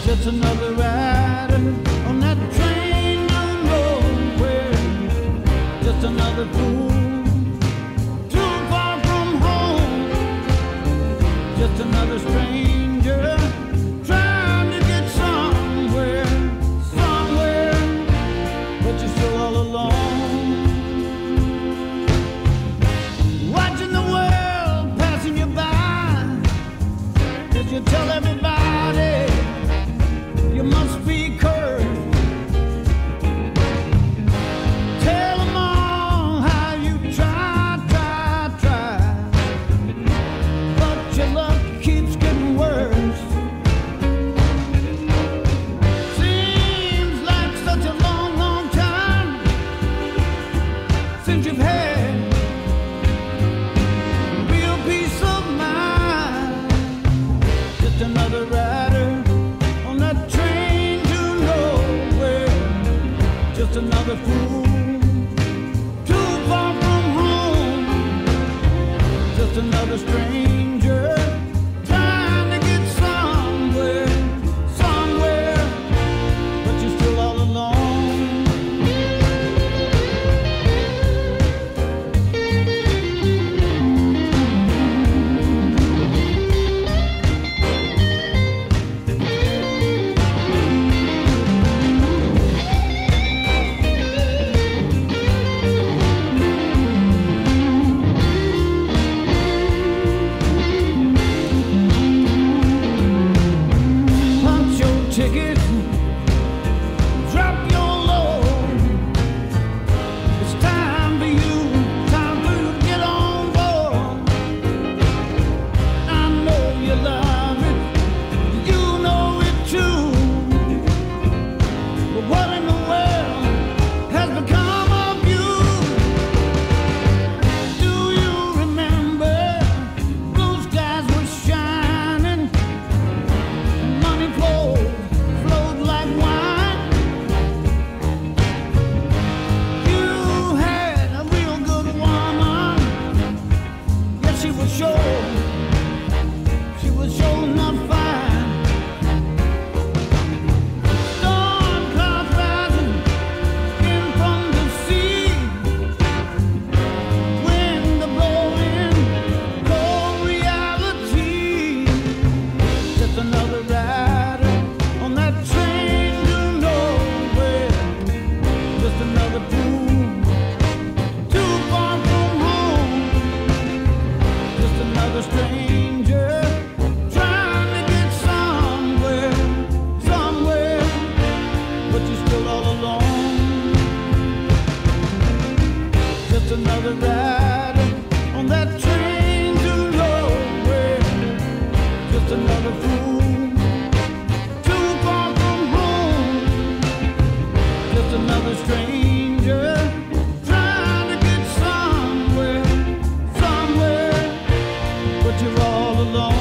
S3: just another rider on that train going nowhere, just another fool too far from home, just another stranger trying to get somewhere, somewhere, but you're still all alone, watching the world passing you by, as you tell everybody you must be cursed. Tell them all how you try, try, try, but your luck keeps getting worse. Seems like such a long, long time since you've had real peace of mind. Just another rider on that train to nowhere, just another fool too far from home, just another stranger trying to get somewhere, somewhere, but you're still all alone. Punch your ticket, drop your load. It's time for you, time for you to get on board. I know you love it, you know it too. But what in the world has become of you? Do you remember blue skies were shining? Money flowed, flowed like wine. You had a real good woman. Yes, she was sure, she was sure enough fine. Storm clouds rising in from the sea, wind a blowing, cold reality. Just another rider on that train to nowhere, just another fool too far from home, just another stranger trying to get somewhere, somewhere, but you're still all alone. Just another rider on that train to nowhere, just another fool too far from home, just another stranger trying to get somewhere, somewhere, but you're all alone.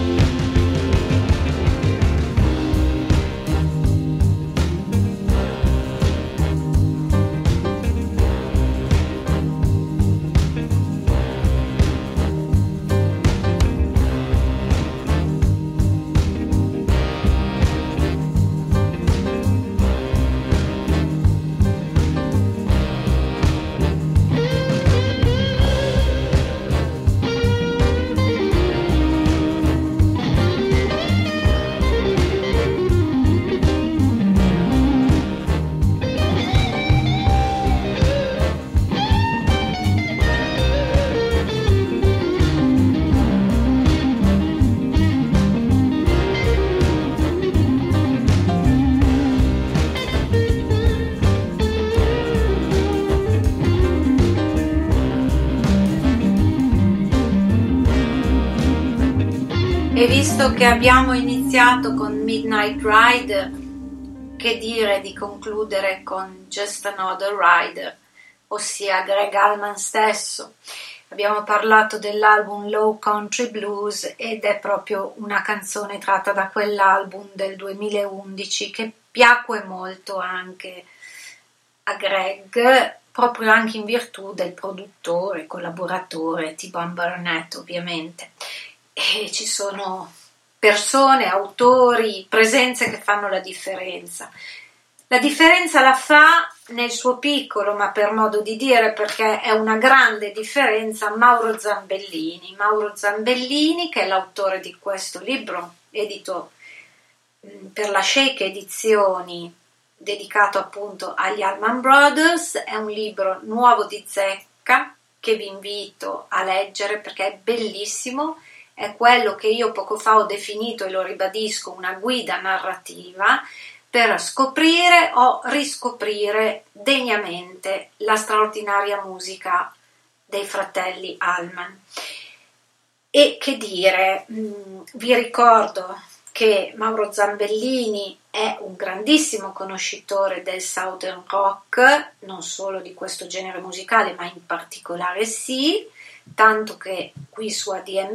S1: E visto che abbiamo iniziato con Midnight Ride, che dire di concludere con Just Another Rider, ossia Greg Allman stesso. Abbiamo parlato dell'album Low Country Blues ed è proprio una canzone tratta da quell'album del duemilaundici che piacque molto anche a Greg, proprio anche in virtù del produttore, collaboratore T-Bone Burnett ovviamente. E ci sono persone, autori, presenze che fanno la differenza. La differenza la fa nel suo piccolo, ma per modo di dire, perché è una grande differenza, Mauro Zambellini. Mauro Zambellini, che è l'autore di questo libro, edito per la Shake Edizioni, dedicato appunto agli Allman Brothers. È un libro nuovo di zecca che vi invito a leggere perché è bellissimo. È quello che io poco fa ho definito, e lo ribadisco, una guida narrativa per scoprire o riscoprire degnamente la straordinaria musica dei fratelli Allman. E che dire, mh, vi ricordo che Mauro Zambellini è un grandissimo conoscitore del Southern Rock, non solo di questo genere musicale, ma in particolare sì, tanto che qui su A D M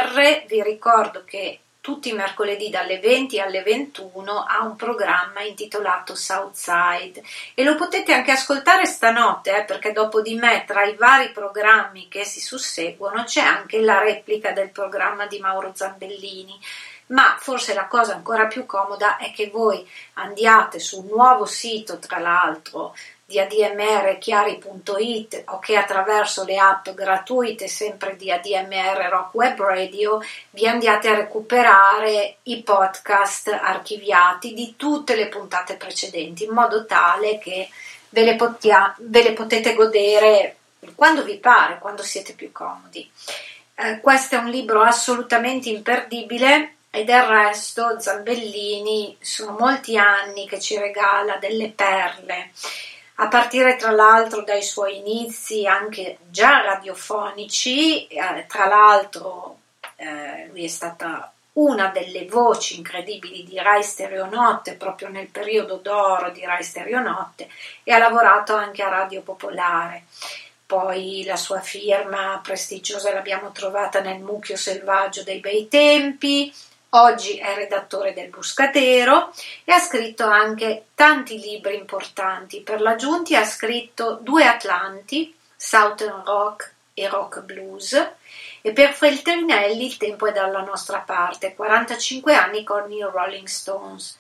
S1: R vi ricordo che tutti i mercoledì dalle venti alle ventuno ha un programma intitolato Southside e lo potete anche ascoltare stanotte, eh, perché dopo di me, tra i vari programmi che si susseguono, c'è anche la replica del programma di Mauro Zambellini. Ma forse la cosa ancora più comoda è che voi andiate sul nuovo sito, tra l'altro, di A D M R chiari punto it, o che attraverso le app gratuite sempre di A D M R Rock Web Radio vi andiate a recuperare i podcast archiviati di tutte le puntate precedenti, in modo tale che ve le, potia- ve le potete godere quando vi pare, quando siete più comodi. Eh, questo è un libro assolutamente imperdibile. E del resto Zambellini sono molti anni che ci regala delle perle, a partire tra l'altro dai suoi inizi anche già radiofonici. Eh, tra l'altro eh, lui è stata una delle voci incredibili di Rai Stereo Notte, proprio nel periodo d'oro di Rai Stereo Notte, e ha lavorato anche a Radio Popolare. Poi la sua firma prestigiosa l'abbiamo trovata nel Mucchio Selvaggio dei bei tempi. Oggi è redattore del Buscatero e ha scritto anche tanti libri importanti. Per la Giunti ha scritto due Atlanti, Southern Rock e Rock Blues, e per Feltrinelli Il tempo è dalla nostra parte, quarantacinque anni con i Rolling Stones.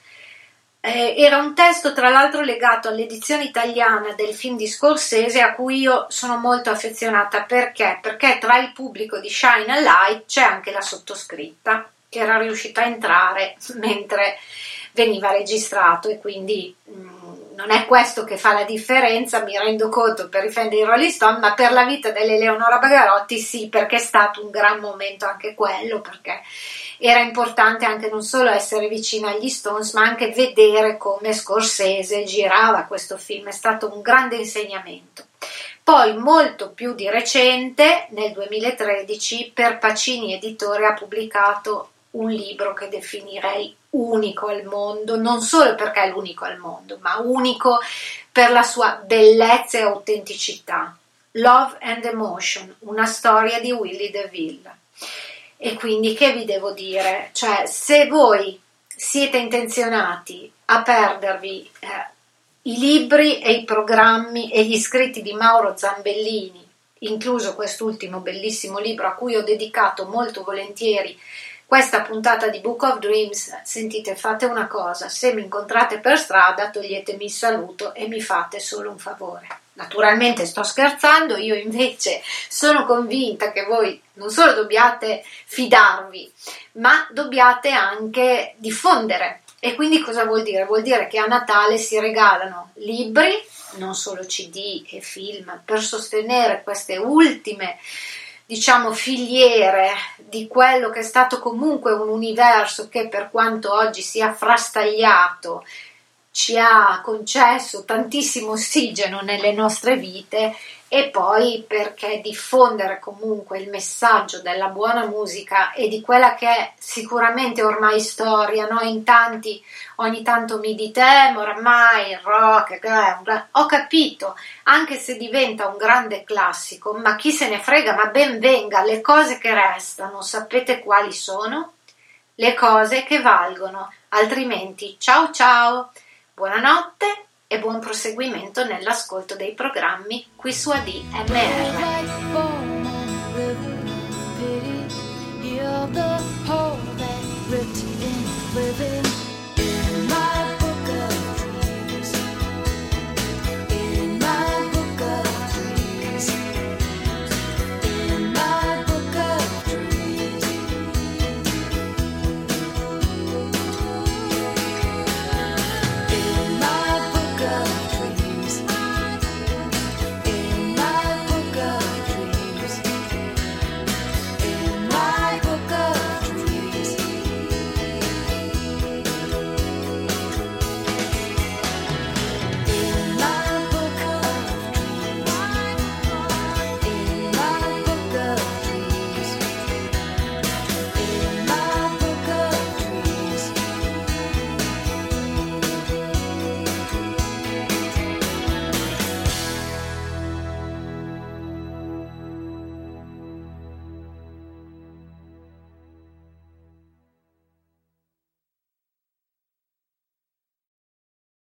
S1: Eh, era un testo tra l'altro legato all'edizione italiana del film di Scorsese, a cui io sono molto affezionata. Perché? Perché tra il pubblico di Shine a Light c'è anche la sottoscritta, che era riuscita a entrare mentre veniva registrato, e quindi mh, non è questo che fa la differenza, mi rendo conto, per i fan dei Rolling Stone, ma per la vita dell'Eleonora Bagarotti sì, perché è stato un gran momento anche quello, perché era importante anche non solo essere vicino agli Stones, ma anche vedere come Scorsese girava questo film. È stato un grande insegnamento. Poi, molto più di recente, nel duemilatredici, per Pacini Editore ha pubblicato un libro che definirei unico al mondo, non solo perché è l'unico al mondo, ma unico per la sua bellezza e autenticità. Love and Emotion, una storia di Willie DeVille. E quindi che vi devo dire? Cioè, se voi siete intenzionati a perdervi eh, i libri e i programmi e gli scritti di Mauro Zambellini, incluso quest'ultimo bellissimo libro a cui ho dedicato molto volentieri questa puntata di Book of Dreams, sentite, fate una cosa: se mi incontrate per strada toglietemi il saluto e mi fate solo un favore. Naturalmente sto scherzando, io invece sono convinta che voi non solo dobbiate fidarvi, ma dobbiate anche diffondere. E quindi cosa vuol dire? Vuol dire che a Natale si regalano libri, non solo C D e film, per sostenere queste ultime, diciamo, filiere di quello che è stato comunque un universo che, per quanto oggi sia frastagliato, ci ha concesso tantissimo ossigeno nelle nostre vite. E poi perché diffondere comunque il messaggio della buona musica e di quella che è sicuramente ormai storia, no? In tanti ogni tanto mi dite eh, ma ormai il rock, eh, ho capito, anche se diventa un grande classico, ma chi se ne frega, ma ben venga. Le cose che restano, sapete quali sono? Le cose che valgono, altrimenti ciao ciao, buonanotte e buon proseguimento nell'ascolto dei programmi qui su A D M R.
S4: living